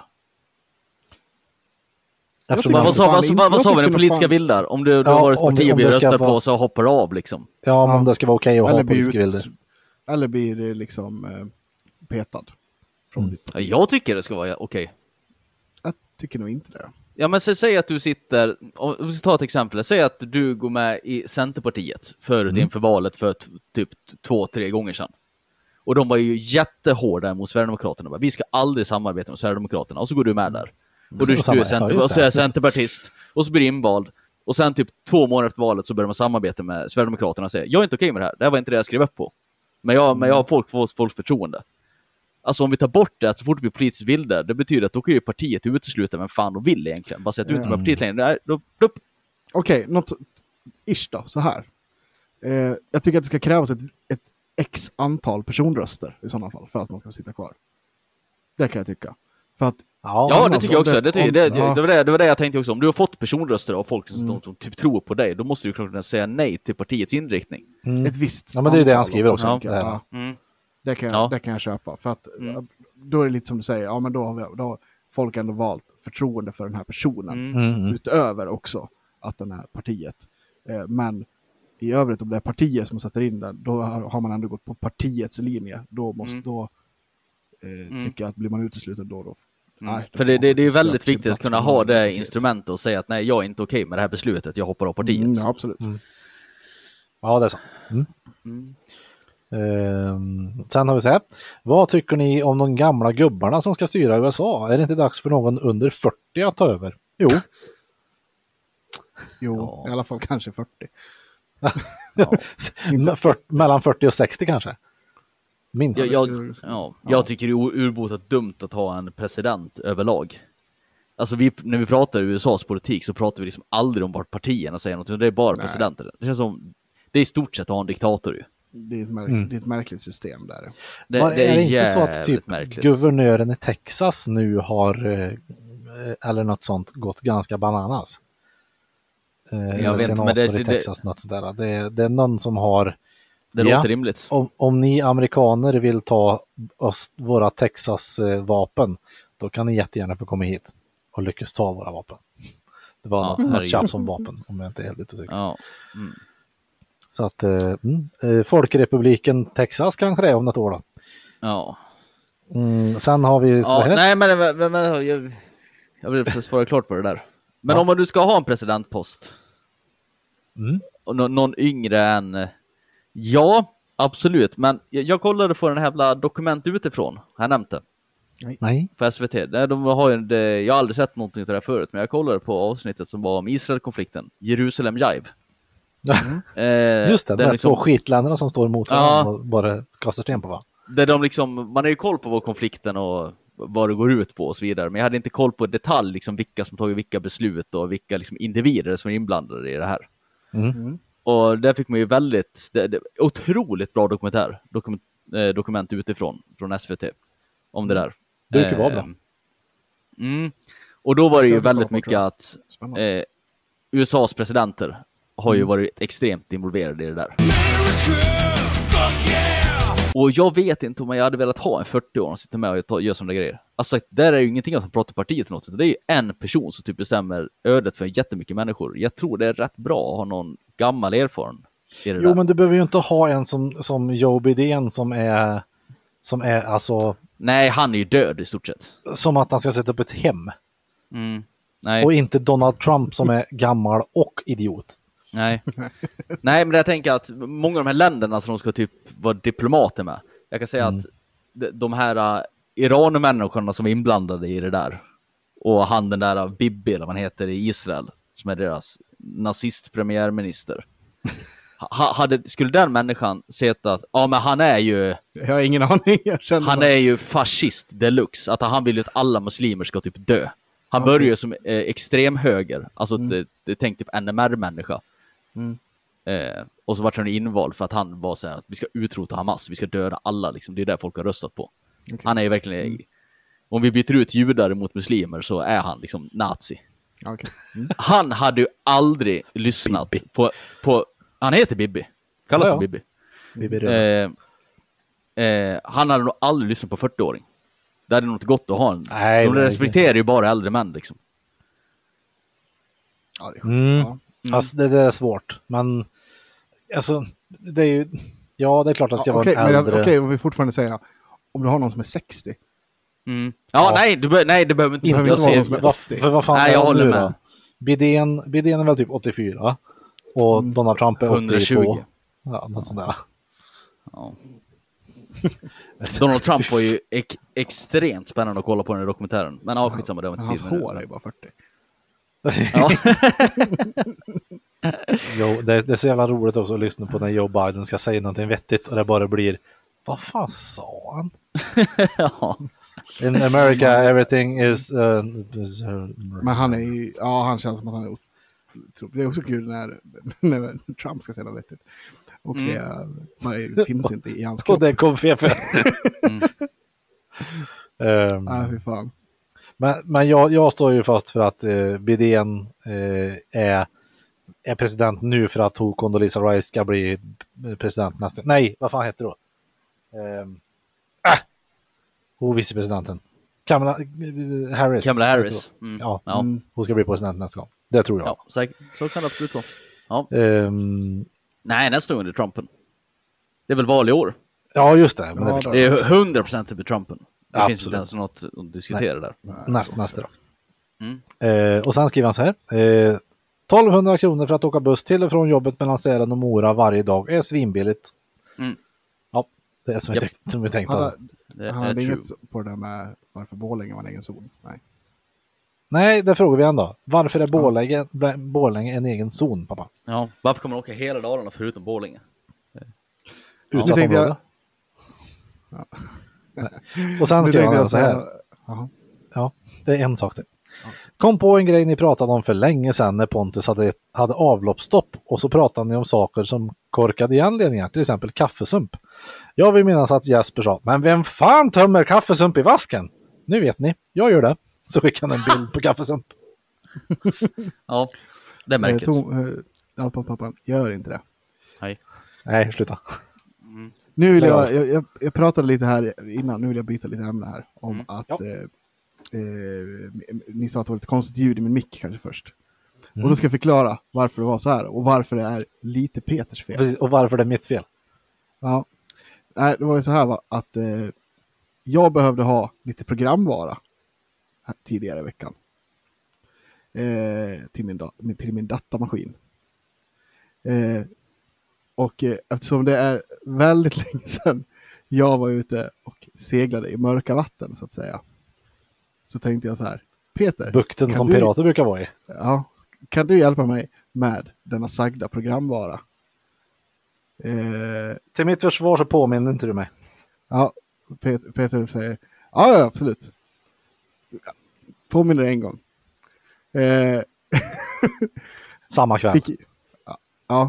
Eftersom tycker Vad sa vi nog den politiska fan- vildar? Om du har Ja, varit om parti och det vi ska röstar vara- på så hoppar du av liksom. Ja, men om Ja. det ska vara okej att ha Eller politiska vilder. Eller blir det liksom petad. Från ditt parti. Ja, jag tycker det ska vara okej. Jag tycker nog inte det. Ja, men säg att du sitter, om vi ska ta ett exempel, säg att du går med i Centerpartiet förut inför valet för typ 2-3 gånger sedan. Och de var ju jättehårda mot Sverigedemokraterna. Bara, vi ska aldrig samarbeta med Sverigedemokraterna. Och så går du med där. Och du är centerpartist. Och så blir du invald. Och sen typ 2 månader efter valet så börjar man samarbeta med Sverigedemokraterna och säga, jag är inte okej med det här. Det här var inte det jag skrev upp på. Men jag har folks förtroende. Alltså om vi tar bort det, att så fort vi är politiskt vilda, det betyder att då kan ju partiet utesluta vem fan de vill egentligen. Bara säga att du inte är partiet längre. Nej, då. Okej, något ish då, så här. Jag tycker att det ska krävas ett x antal personröster i sådana fall för att man ska sitta kvar. Det kan jag tycka. För att Ja, det tycker jag också. Det var det jag tänkte också. Om du har fått personröster av folk som typ tror på dig, då måste du kunna säga nej till partiets inriktning. ett visst Ja, men det är det han antal skriver också. tänker jag. Ja. Ja. Mm. Det kan jag köpa. För att då är det lite som du säger, ja men då har folk ändå valt förtroende för den här personen. Mm. Utöver också att den här partiet Men i övrigt om det är partier som sätter in den, då har man ändå gått på partiets linje. Då tycker jag att blir man utesluten då. Nej, för det är ju väldigt viktigt att kunna ha det instrumentet och säga att nej, jag är inte okej med det här beslutet, jag hoppar av partiet. Ja, absolut. Ja, det är så. Sen har vi så här. Vad tycker ni om de gamla gubbarna som ska styra USA? Är det inte dags för någon under 40 att ta över? Jo, I alla fall kanske 40. Mellan 40 och 60 kanske. Minst. Jag tycker det är urbotat dumt att ha en president överlag. Alltså när vi pratar USAs politik så pratar vi liksom aldrig om vart partierna säger något. Det är bara presidenter. Det känns som det är i stort sett att ha en diktator ju. Det är ett märkligt system där. Det är inte så att typ märkligt. Guvernören i Texas nu har eller något sånt gått ganska bananas. Jag vet inte, men i Texas, något sådär. Det är någon som har. Det låter rimligt. Om ni amerikaner vill ta våra Texas vapen, då kan ni jättegärna få komma hit och lyckas ta våra vapen. Det var något tjafs som vapen, om jag inte är helt ute och cyklar. Ja. Så att Folkrepubliken Texas kanske det är om något år då. Ja. Sen har vi så här. Nej, men jag vill svara klart på det där. Men om du ska ha en presidentpost och någon yngre än... Ja, absolut. Men jag kollade på den här jävla dokument utifrån. Jag nämnde Nej. på SVT. De har ju, jag har aldrig sett någonting av det här förut, men jag kollade på avsnittet som var om Israel-konflikten. Jerusalem Jive. Just det, de liksom, två skitländerna som står emot varandra och bara kastar sten på varandra. Där de liksom, man har ju koll på vad konflikten och vad det går ut på och så vidare. Men jag hade inte koll på detalj, liksom vilka som tagit vilka beslut och vilka liksom individer som är inblandade i det här. Och där fick man ju väldigt otroligt bra dokument utifrån från SVT om det där. Det brukar vara bra. Och då var det ju väldigt mycket att USAs presidenter har ju varit extremt involverade i det där. Och jag vet inte om jag hade velat ha en 40-åring som sitter med och gör sådana grejer. Alltså där är ju ingenting som pratar partiet eller något. Det är ju en person som typ bestämmer ödet för jättemycket människor. Jag tror det är rätt bra att ha någon gammal erfaren i det där. Men du behöver ju inte ha en som Joe Biden som är alltså... Nej, han är ju död i stort sett. Som att han ska sätta upp ett hem. Nej. Och inte Donald Trump som är gammal och idiot. Nej, men jag tänker att många av de här länderna som de ska typ vara diplomater med. Jag kan säga att de här Iran-människorna som är inblandade i det där och han den där Bibi eller vad han heter i Israel som är deras nazist-premiärminister. Skulle den människan sett att men han är ju... Jag har ingen aning. Han är ju fascist deluxe. Att han vill ju att alla muslimer ska typ dö. Han börjar ju som extremhöger. Alltså det tänkte typ NMR-människa. Och så var han invald för att han var så här att vi ska utrota Hamas, vi ska döda alla liksom. Det är det folk har röstat på. Okay. Han är ju verkligen om vi byter ut judar mot muslimer så är han liksom nazi. Okay. Han hade ju aldrig lyssnat på han heter Bibi. Kallas för Bibi. Han hade nog aldrig lyssnat på 40-åring. Det hade nog inte gått att ha en. De respekterar ju bara äldre män liksom. Ja, det är sjukt. Alltså det är svårt, men alltså det är ju det är klart att det ska vara en äldre. Okej, om vi fortfarande säger om du har någon som är 60. Nej, det behöver inte vara någon som är 80. För vad fan jag håller med. Biden är väl typ 84 och Donald Trump är 120. 82. Ja, något sånt där. Ja. Donald Trump var ju extremt spännande att kolla på den här dokumentären. Men skitsamma, det var inte hans hår är ju bara 40. Ja. Det är så jävla roligt också att lyssna på när Joe Biden ska säga någonting vettigt och det bara blir vad fan sa han? In America everything is men han är ju, han känns som att han är otroligt. Det är också kul när Trump ska säga något vettigt. Och det finns inte i hans kropp. Och det kom fel. Fy fan. Men jag står ju fast för att Biden är president nu för att Condoleezza Rice ska bli president nästa. Nej, vad fan heter det då? Vicepresidenten. Kamala Harris. Kamala Harris. Hon ska bli president nästa gång. Det tror jag. Ja, säkert. Så kan det absolut vara. Ja. Ehm, Nej, nästa gång är det Trumpen. Det är väl val i år? ja, just det. Men det är Ja, klart. Det är 100% det blir Trumpen. Det Ja, finns inte absolut. ens något att diskutera där. Nästa då. Mm. Och sen skriver han så här. 1200 kronor för att åka buss till och från jobbet mellan Sälen och Mora varje dag är svinbilligt. Mm. Ja, det är som vi tänkte. Han, Alltså. Det han är hade true. inget på det där med varför Borlänge var en egen zon. Nej. Nej, det frågar vi ändå. Varför är Borlänge en egen zon, pappa? Ja, varför kommer man åka hela Dalarna förutom Borlänge? Utsatt tänkte område. Och sen Nu skriver tänkte han jag så här. säga- Jaha. Ja, det är en sak det. Kom på en grej ni pratade om för länge sedan när Pontus hade avloppsstopp och så pratade ni om saker som korkade igen ledningar, till exempel kaffesump. Jag vill minnas att Jesper sa, men vem fan tömmer kaffesump i vasken? Nu vet ni, jag gör det. Så skickade han en bild på kaffesump. Ja, det är märkligt. Pappan, gör inte det. Nej. Nej, sluta. Nu vill Lägg av. jag pratade lite här innan, nu vill jag byta lite ämne här. Om att Ja. ni sa att det var lite konstigt ljud i min mick kanske först. Och då ska jag förklara varför det var så här och varför det är lite Peters fel. Precis, och varför det är mitt fel. Ja. Nej, det var ju så här att jag behövde ha lite programvara här, tidigare i veckan. Till min datamaskin. Och eftersom det är väldigt länge sedan jag var ute och seglade i mörka vatten så att säga. Så tänkte jag så här, Peter. Bukten kan som du- pirater brukar vara i. Ja, kan du hjälpa mig med denna sagda programvara? Till mitt försvar så påminner inte du mig. Ja, Peter säger, ja absolut. Påminner en gång. Samma kväll. Ja.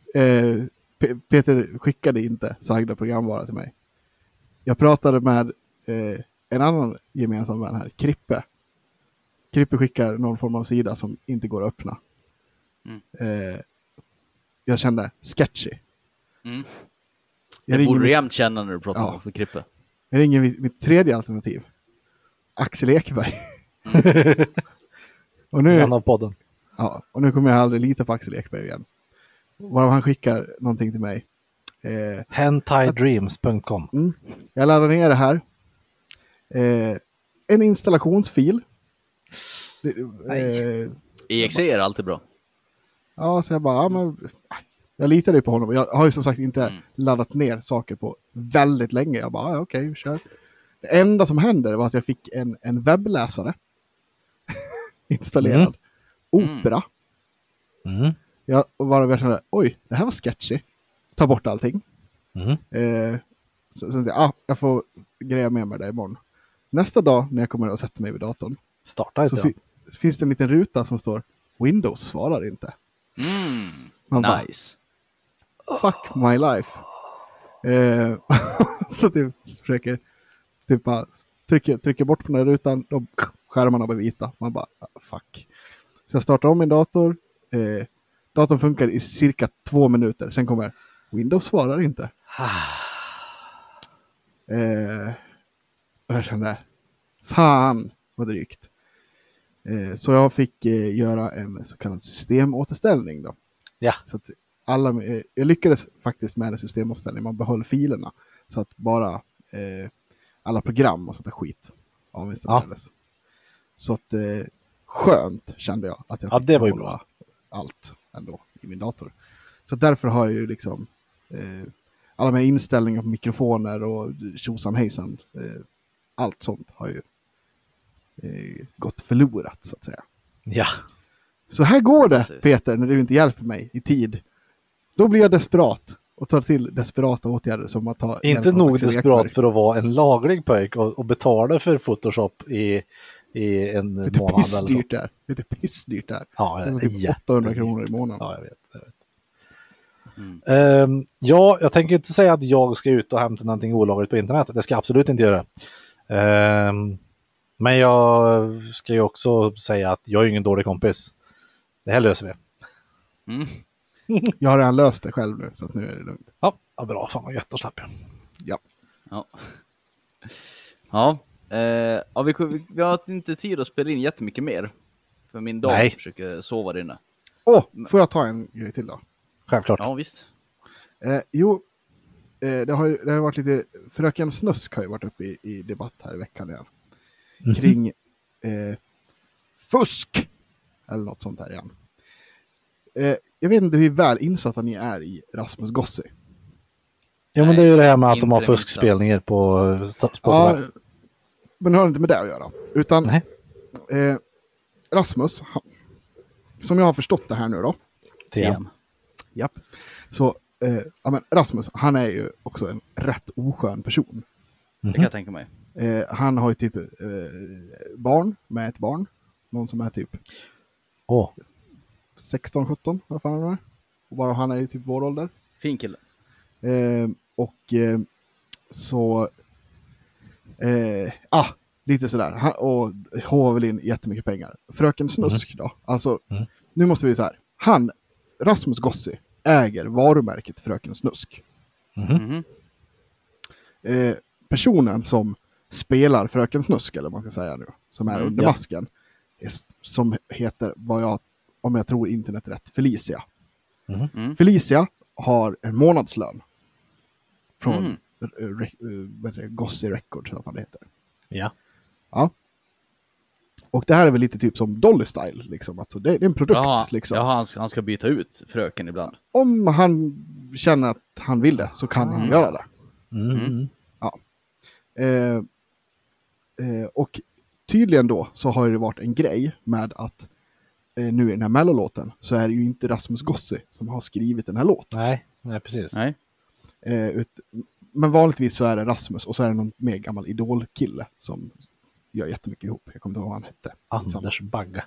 Peter skickade inte sagda programvara till mig. Jag pratade med en annan gemensam vän här, Krippe. Krippe skickar någon form av sida som inte går att öppna. Jag kände sketchy. Mm. Jag Det borde du ringer, jämt känna när du pratar Ja. om för Krippe. jag ringer mitt tredje alternativ. Axel Ekberg. och nu... En av podden. Ja, och nu kommer jag aldrig lita på Axel Ekberg igen. Varav han skickar någonting till mig. Hentaidreams.com. Jag laddar ner det här. En installationsfil. EXE är alltid bra. Ja, så jag bara, ja, men, jag litade ju på honom. Jag har ju som sagt inte laddat ner saker på väldigt länge. Jag bara, ja, okej, kör. Det enda som hände var att jag fick en webbläsare installerad. Opera. Mm. Jag var kände, oj, det här var sketchy. Ta bort allting. Så tänkte jag, jag får greja med mig det imorgon. Nästa dag när jag kommer att sätta mig vid datorn Starta inte så då. finns det en liten ruta som står Windows svarar inte. Man bara, Nice. fuck my life. Så typ försöker typ bara trycker bort på den här rutan, de skärmarna blir vita. Man bara, fuck. Så jag startar om min dator. Datorn funkar i cirka 2 minuter. Sen kommer Windows svarar inte. Och jag kände, fan vad drygt. Så jag fick göra en så kallad systemåterställning då. Ja. Så att jag lyckades faktiskt med en systemåterställning. Man behöll filerna. Så att bara alla program och sånt där skit avinstallerades. Så att skönt kände jag att jag Ja, fick det var ju behålla bra. allt ändå i min dator. Så därför har jag ju liksom alla med inställningar på mikrofoner och tjosan hejsan. Allt sånt har ju gått förlorat så att säga. Ja. Så här går det, Precis. Peter, när du inte hjälper mig i tid. Då blir jag desperat och tar till desperata åtgärder som att ta... Inte hjälp av nog Axel desperat Ekberg. för att vara en laglig pojk och betala för Photoshop i en Det är typ månad eller pissdyrt där. Det är typ pissdyrt där. Ja, Det var typ 800 kronor i månaden. Ja, jag vet. Ja, jag tänker inte säga att jag ska ut och hämta någonting olagligt på internet. Det ska jag absolut inte göra. Men jag ska ju också säga att jag är ingen dålig kompis. Det här löser vi. Jag har redan löst det själv nu, så att nu är det lugnt. Ja, bra. Fan vad gött att släppa. Ja. Ja, vi har inte tid att spela in jättemycket mer. För min dag Nej. försöker sova där inne. Får jag ta en grej till då? Självklart. Ja, visst. Det har varit lite... Fröken Snusk har ju varit uppe i debatt här i veckan igen. Kring fusk! Eller något sånt här igen. Jag vet inte hur väl insatta ni är i Rasmus Gossi. Ja, men det är ju det här med att de inte har det fuskspelningar på Spotify. Ja, men det har inte med det att göra. Utan Nej. Rasmus, som jag har förstått det här nu då. TM. Japp. Så men Rasmus, han är ju också en rätt oskön person. Det kan jag tänka mig. Han har ju typ barn med ett barn. Någon som är typ 16-17, vad fan är det? Och bara han är ju typ vår ålder. Fin kille. Lite sådär. Och har väl in jättemycket pengar. Fröken Snusk då. Alltså, nu måste vi så här. Rasmus Gossi, äger varumärket Fröken Snusk. Personen som spelar Fröken Snusk, eller man ska säga nu, som är under masken, som heter, om jag tror internet rätt, Felicia. Felicia har en månadslön från Gossi Records, eller vad det heter. Ja. Och det här är väl lite typ som Dolly Style, liksom. Alltså det är en produkt. Liksom. Ja, han ska byta ut fröken ibland. Om han känner att han vill det så kan han göra det. Ja. Och tydligen då så har det varit en grej med att nu i den här mellolåten så är det ju inte Rasmus Gossi som har skrivit den här låten. Nej, precis. Nej. Men vanligtvis så är det Rasmus och så är det någon mer gammal idolkille som gör jättemycket ihop. Jag kommer inte ihåg vad han hette. Anders Bagga.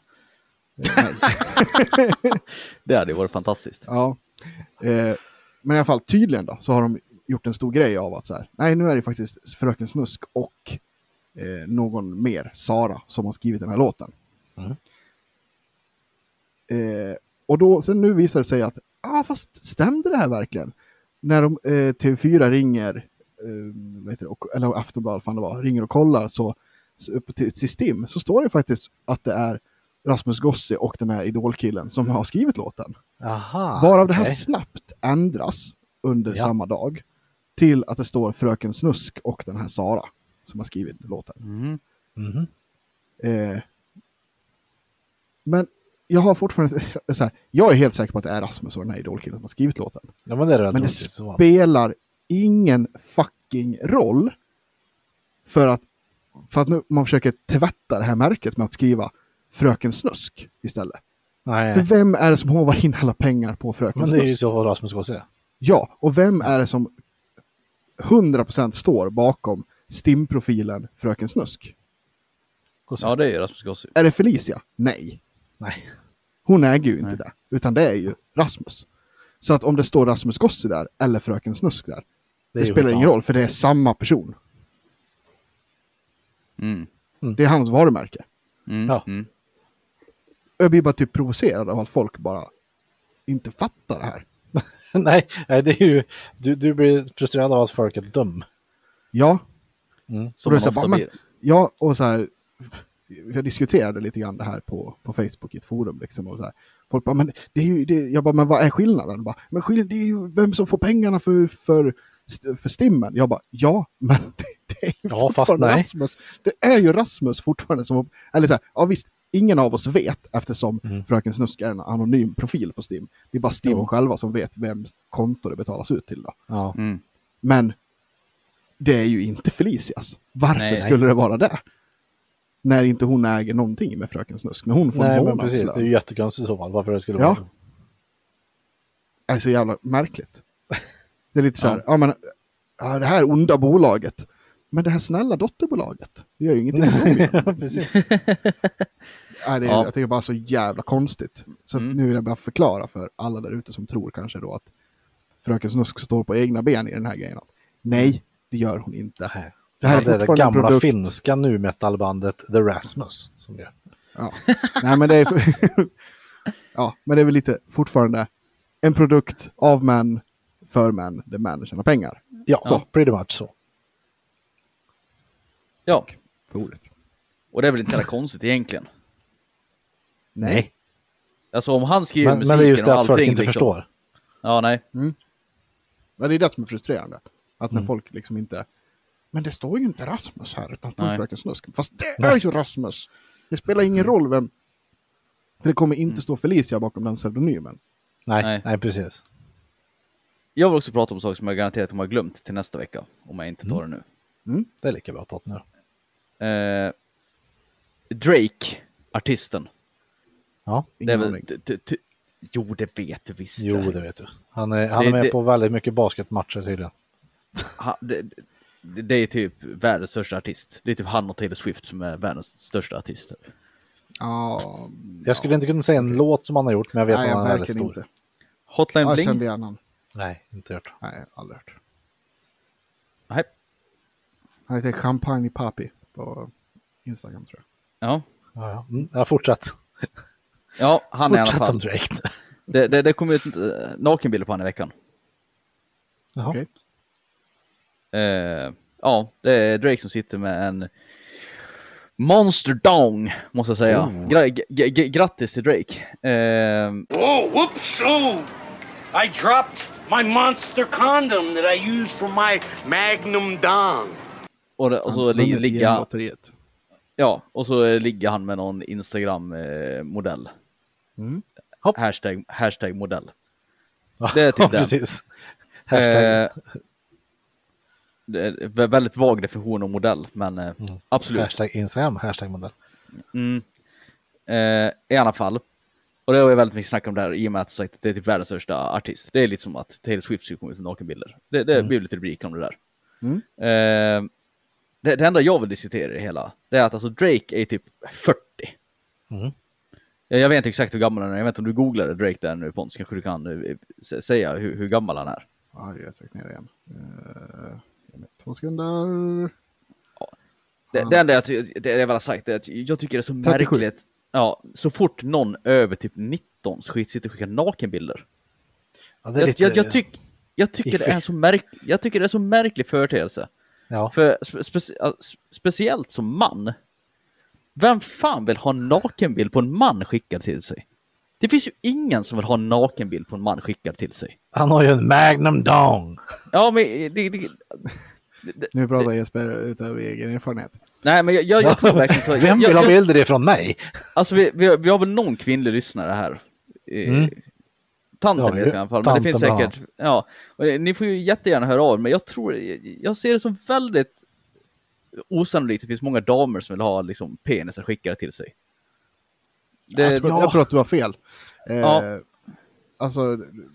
Det hade varit fantastiskt. Ja. Men i alla fall tydligen då så har de gjort en stor grej av att så här, nej, nu är det faktiskt Fröken Snusk och någon mer, Sara, som har skrivit den här låten. Och då, sen nu visar det sig att fast stämde det här verkligen? När de TV4 ringer eller Aftonbladet fan det var, ringer och kollar så uppe till STIM så står det faktiskt att det är Rasmus Gossi och den här idolkillen som har skrivit låten. Varav det här snabbt ändras under samma dag till att det står Fröken Snusk och den här Sara som har skrivit låten. Men jag har fortfarande så här, jag är helt säker på att det är Rasmus och den här idolkillen som har skrivit låten. Ja, men det spelar ingen fucking roll för att nu man försöker tvätta det här märket med att skriva Fröken Snusk istället. Nej. För vem är det som hovar in alla pengar på Fröken Snusk? Men det är ju så Rasmus Gossi. Ja, och vem är det som 100% står bakom STIM-profilen Fröken Snusk? Ja, det är Rasmus Gossi. Är det Felicia? Nej. Hon äger ju inte det. Utan det är ju Rasmus. Så att om det står Rasmus Gossi där eller Fröken Snusk där, det spelar ingen roll för det är samma person. Det är hans varumärke. Jag blir bara typ provocerad av att folk bara inte fattar det här. Nej, det är ju du blir frustrerad av att folk är dum. Ja. Som man ofta blir. Ja, och så här jag diskuterade lite grann det här på Facebook i ett forum liksom, och så här. Folk bara, men det är ju jag bara, men vad är skillnaden? Bara, men skillnaden det är ju vem som får pengarna för stimmen. Jag bara, ja, men det är ju fortfarande Rasmus. Det är ju Rasmus fortfarande som, eller så här, ja visst, ingen av oss vet eftersom Fröken Snusk är en anonym profil på Stim. Det är bara Stim själva som vet vem konto det betalas ut till då. Ja. Men det är ju inte Felicias. Varför skulle det vara det? När inte hon äger någonting med Fröken Snusk. När hon får men precis, det är ju jättekonstigt i så fall. Varför det skulle vara. Det är så jävla märkligt. Det är lite så här, det här onda bolaget. Men det här snälla dotterbolaget, det gör ju ingenting. Precis. Jag tycker bara så jävla konstigt. Så nu vill jag bara förklara för alla där ute som tror kanske då att Fröken Snusk står på egna ben i den här grejen. Nej, det gör hon inte. Det här är det gamla finska nu metalbandet The Rasmus som gör. Ja. Nej, men det är men det är väl lite fortfarande en produkt av män för män där män tjänar pengar. Ja, så pretty much så. Ja. Roligt. Och det är väl inte så konstigt egentligen. Nej. Alltså om han skriver Men musiken det är just det och att folk allting, inte liksom. förstår. Ja, nej. Men det är det som är frustrerande. Att när folk liksom inte... Men det står ju inte Rasmus här, utan det står Nej. Fröken Snusk. Fast det är ju Rasmus! Det spelar ingen roll vem... För det kommer inte stå Felicia bakom den pseudonymen. Nej, precis. Jag vill också prata om saker som jag garanterat kommer ha glömt till nästa vecka. Om jag inte tar det nu. Det är lika bra att ta det nu. Drake, artisten. Ja, Det är väl... aning. Jo, det vet du visst. jo det vet du. Han är med på väldigt mycket basketmatcher tydligen. Det är typ världens största artist. Det är typ han och Taylor Swift som är världens största artister. Ja, Jag skulle inte kunna säga en låt som han har gjort, men jag vet nej, att han är väldigt verkligen stor. inte. Hotline Jag Bling? kände igen han. Nej, inte hört. Nej, aldrig hört. Nej. Han heter Champagne Papi på Instagram, tror jag. Ja. Ja, fortsatt. Ja, han är i alla Fortsätt fall. om Drake. Det kom ut nakenbilder på han i veckan. Jaha. Okej. Ja, det är Drake som sitter med en Monster Dong, måste jag säga. Grattis till Drake. Whoa, whoops, oh! I dropped my monster condom that I used for my Magnum Dong. Och så ligger han, lotteriet. ja, och så ligger han med någon Instagram-modell. Hopp. Hashtag modell. Det är typ den. Precis. Hashtag. Det är väldigt vag definition av modell, men absolut. Hashtag Instagram, hashtag modell. I alla fall. Och det har jag väldigt mycket snack om det här i och med att sagt, det är typ världens största artist. Det är lite som att Taylor Swift skulle komma ut med nakenbilder. Det blir lite rubrik om det där. Det enda jag vill diskutera i det hela, det är att alltså Drake är typ 40. Jag vet inte exakt hur gammal han är. Jag vet inte om du googlade Drake där nu, Pontus. Kanske du kan säga hur gammal han är. Ja, jag trycker ner igen. 2 sekunder. Det enda jag väl har sagt är att jag tycker det är så 37. märkligt. Ja, så fort någon över typ 19 sitter och skickar nakenbilder. Ja, det är lite... Jag tycker det är så jag tycker det är så märklig företeelse. Ja. För speciellt som man. Vem fan vill ha en nakenbild på en man skickad till sig? Det finns ju ingen som vill ha en nakenbild på en man skickad till sig. Han har ju en Magnum Dong. Ja, men Nu pratar Jesper utav egen erfarenhet. nej, men jag tror verkligen så. Vem vill ha bilder ifrån mig? Alltså vi har väl någon kvinnlig lyssnare här. Tanten Ja, vet jag i alla fall. Men det finns tanten bland säkert. Ja, och ni får ju jättegärna höra av. Men jag ser det som väldigt osannolikt. Det finns många damer som vill ha liksom penisar skickade till sig. Jag tror att du har fel. Ja. Alltså,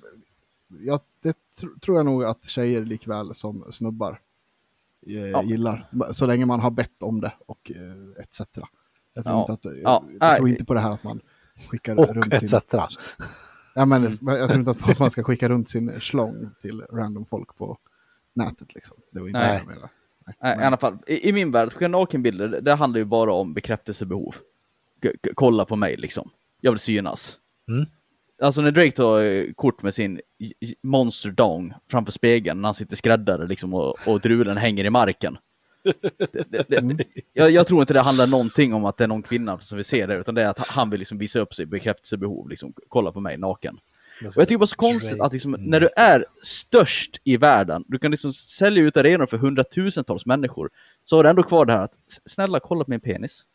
tror jag nog att tjejer likväl som snubbar gillar. Så länge man har bett om det och etc. Jag tror, inte, att, jag tror inte på det här att man skickar Och runt etc. Ja, men jag tror inte att man ska skicka runt sin schlong till random folk på nätet. Liksom. Det var inte det jag menade. I alla fall, i min värld, skicka nakenbilder, det handlar ju bara om bekräftelsebehov. Kolla på mig liksom. Jag vill synas. Alltså när Drake tar kort med sin Monster Dong framför spegeln när han sitter skräddare liksom och drulen hänger i marken. Jag tror inte det handlar någonting om att det är någon kvinna som vill se det, utan det är att han vill liksom visa upp sig bekräftelsebehov, liksom kolla på mig naken. Och jag tycker bara så konstigt att liksom, när du är störst i världen, du kan liksom sälja ut arenor för 100,000-tals människor, så har du ändå kvar det här att snälla kolla på min penis.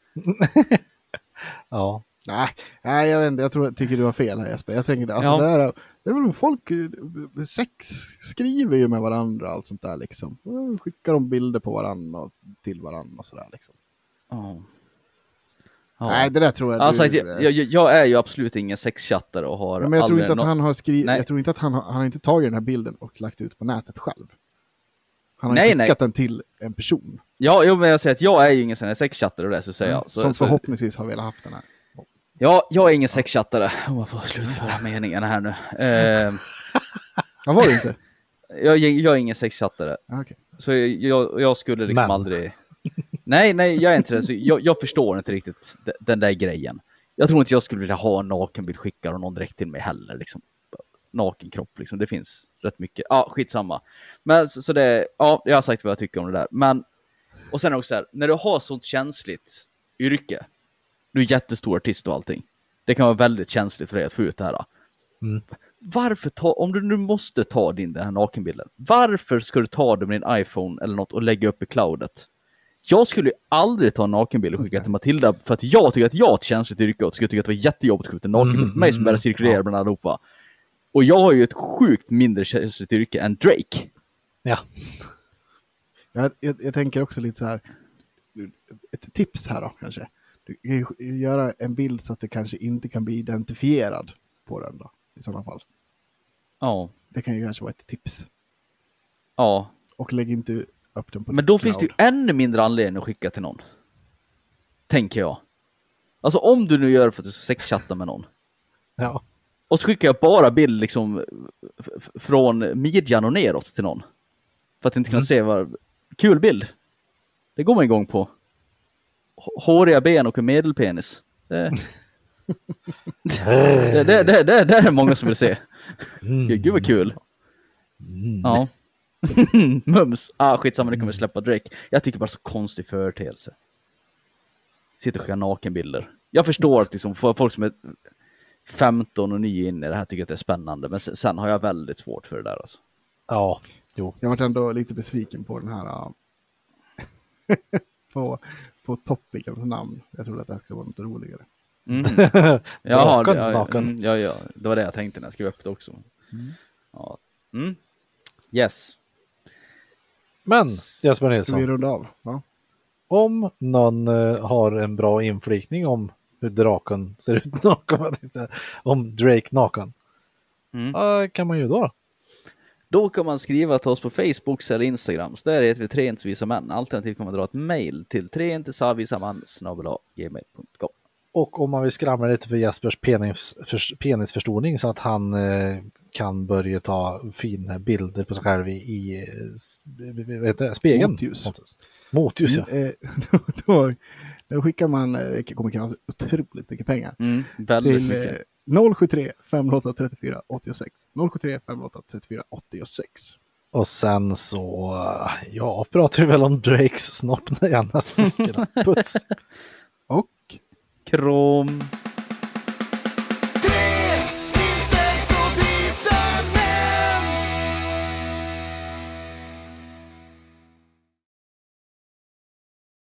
Ja. Nej, jag vet inte. Jag tycker du har fel här, Jesper. Jag tänker alltså, det är väl folk, sex skriver ju med varandra och allt sånt där liksom. Skickar de bilder på varandra och till varandra och sådär liksom. Nej, det där tror jag. Alltså, jag är ju absolut ingen sexchattare och har men jag tror inte att han har skrivit. Nej. Jag tror inte att han har inte tagit den här bilden och lagt ut på nätet själv. Han har skickat den till en person. Ja, men jag säger att jag är ju ingen sån här sexchattare och det så säger jag. Som förhoppningsvis har velat haft den här. Ja, jag är ingen sexchattare. Om jag får slutföra meningen här nu. Ja, var det inte? Jag är ingen sexchattare. Okay. Så jag skulle liksom aldrig... Nej, jag är inte det. Så jag förstår inte riktigt den där grejen. Jag tror inte jag skulle vilja ha en nakenbild skickad och någon direkt till mig heller. Liksom. Naken kropp, liksom. Det finns rätt mycket. Ja, skitsamma. Men så det... Ja, jag har sagt vad jag tycker om det där. Men... Och sen också så här, när du har sånt känsligt yrke, du är jättestor artist och allting. Det kan vara väldigt känsligt för dig att få ut det här. Mm. Varför om du nu måste ta den här nakenbilden, varför ska du ta det med din iPhone eller något och lägga upp i cloudet? Jag skulle ju aldrig ta en nakenbild och skicka till Matilda för att jag tycker att jag har ett känsligt yrke och skulle tycka att det var jättejobbigt att skjuta en nakenbild för mig som börjar cirkulera bland allihopa. Och jag har ju ett sjukt mindre känsligt yrke än Drake. Ja. Jag tänker också lite så här, ett tips här då kanske. Du kan ju göra en bild så att det kanske inte kan bli identifierad på den då, i sådana fall. Ja. Det kan ju kanske vara ett tips. Ja. Och lägg inte upp den på Men då cloud. finns det ju ännu mindre anledning att skicka till någon. Tänker jag. Alltså om du nu gör det för att du ska sexchatta med någon. Ja. Och så skickar jag bara bild liksom från midjan och neråt till någon. För att inte kunna se vad... Kul bild. Det går man igång på. Håriga ben och en medelpenis. Det är många som vill se. Gud vad kul. Ja. Mums. Skitsamma, det kommer vi släppa Drake. Jag tycker bara så konstig företeelse. Sitter och skicka nakenbilder. Jag förstår att liksom, folk som är 15 och ny in i det här tycker att det är spännande. Men sen har jag väldigt svårt för det där alltså. Ja, jo. Jag var ändå lite besviken på den här på topicens namn. Jag trodde att det här skulle vara något roligare. Jaha, naken. ja, det var det jag tänkte när jag skrev upp det också. Ja. Yes. Men Jesper Ska vi Nilsson, runda av? Ja. om någon har en bra inflikning om hur draken ser ut naken, om Drake naken, vad kan man ju då? Då kan man skriva till oss på Facebook eller Instagram. Så där heter vi Tre inte visa män. Alternativt kan man dra ett mejl till treintesavisaman@gmail.com. Och om man vill skramla lite för Jespers penisförstoring så att han kan börja ta fina bilder på sig själv i spegeln. Motljus, ja. Då skickar man, det kommer krävas otroligt mycket pengar. Väldigt till mycket. 073 508 34 86. 073 508 34 86. Och sen så, pratar vi väl om Drakes snopp igen nästa vecka. Puts! Och Krom.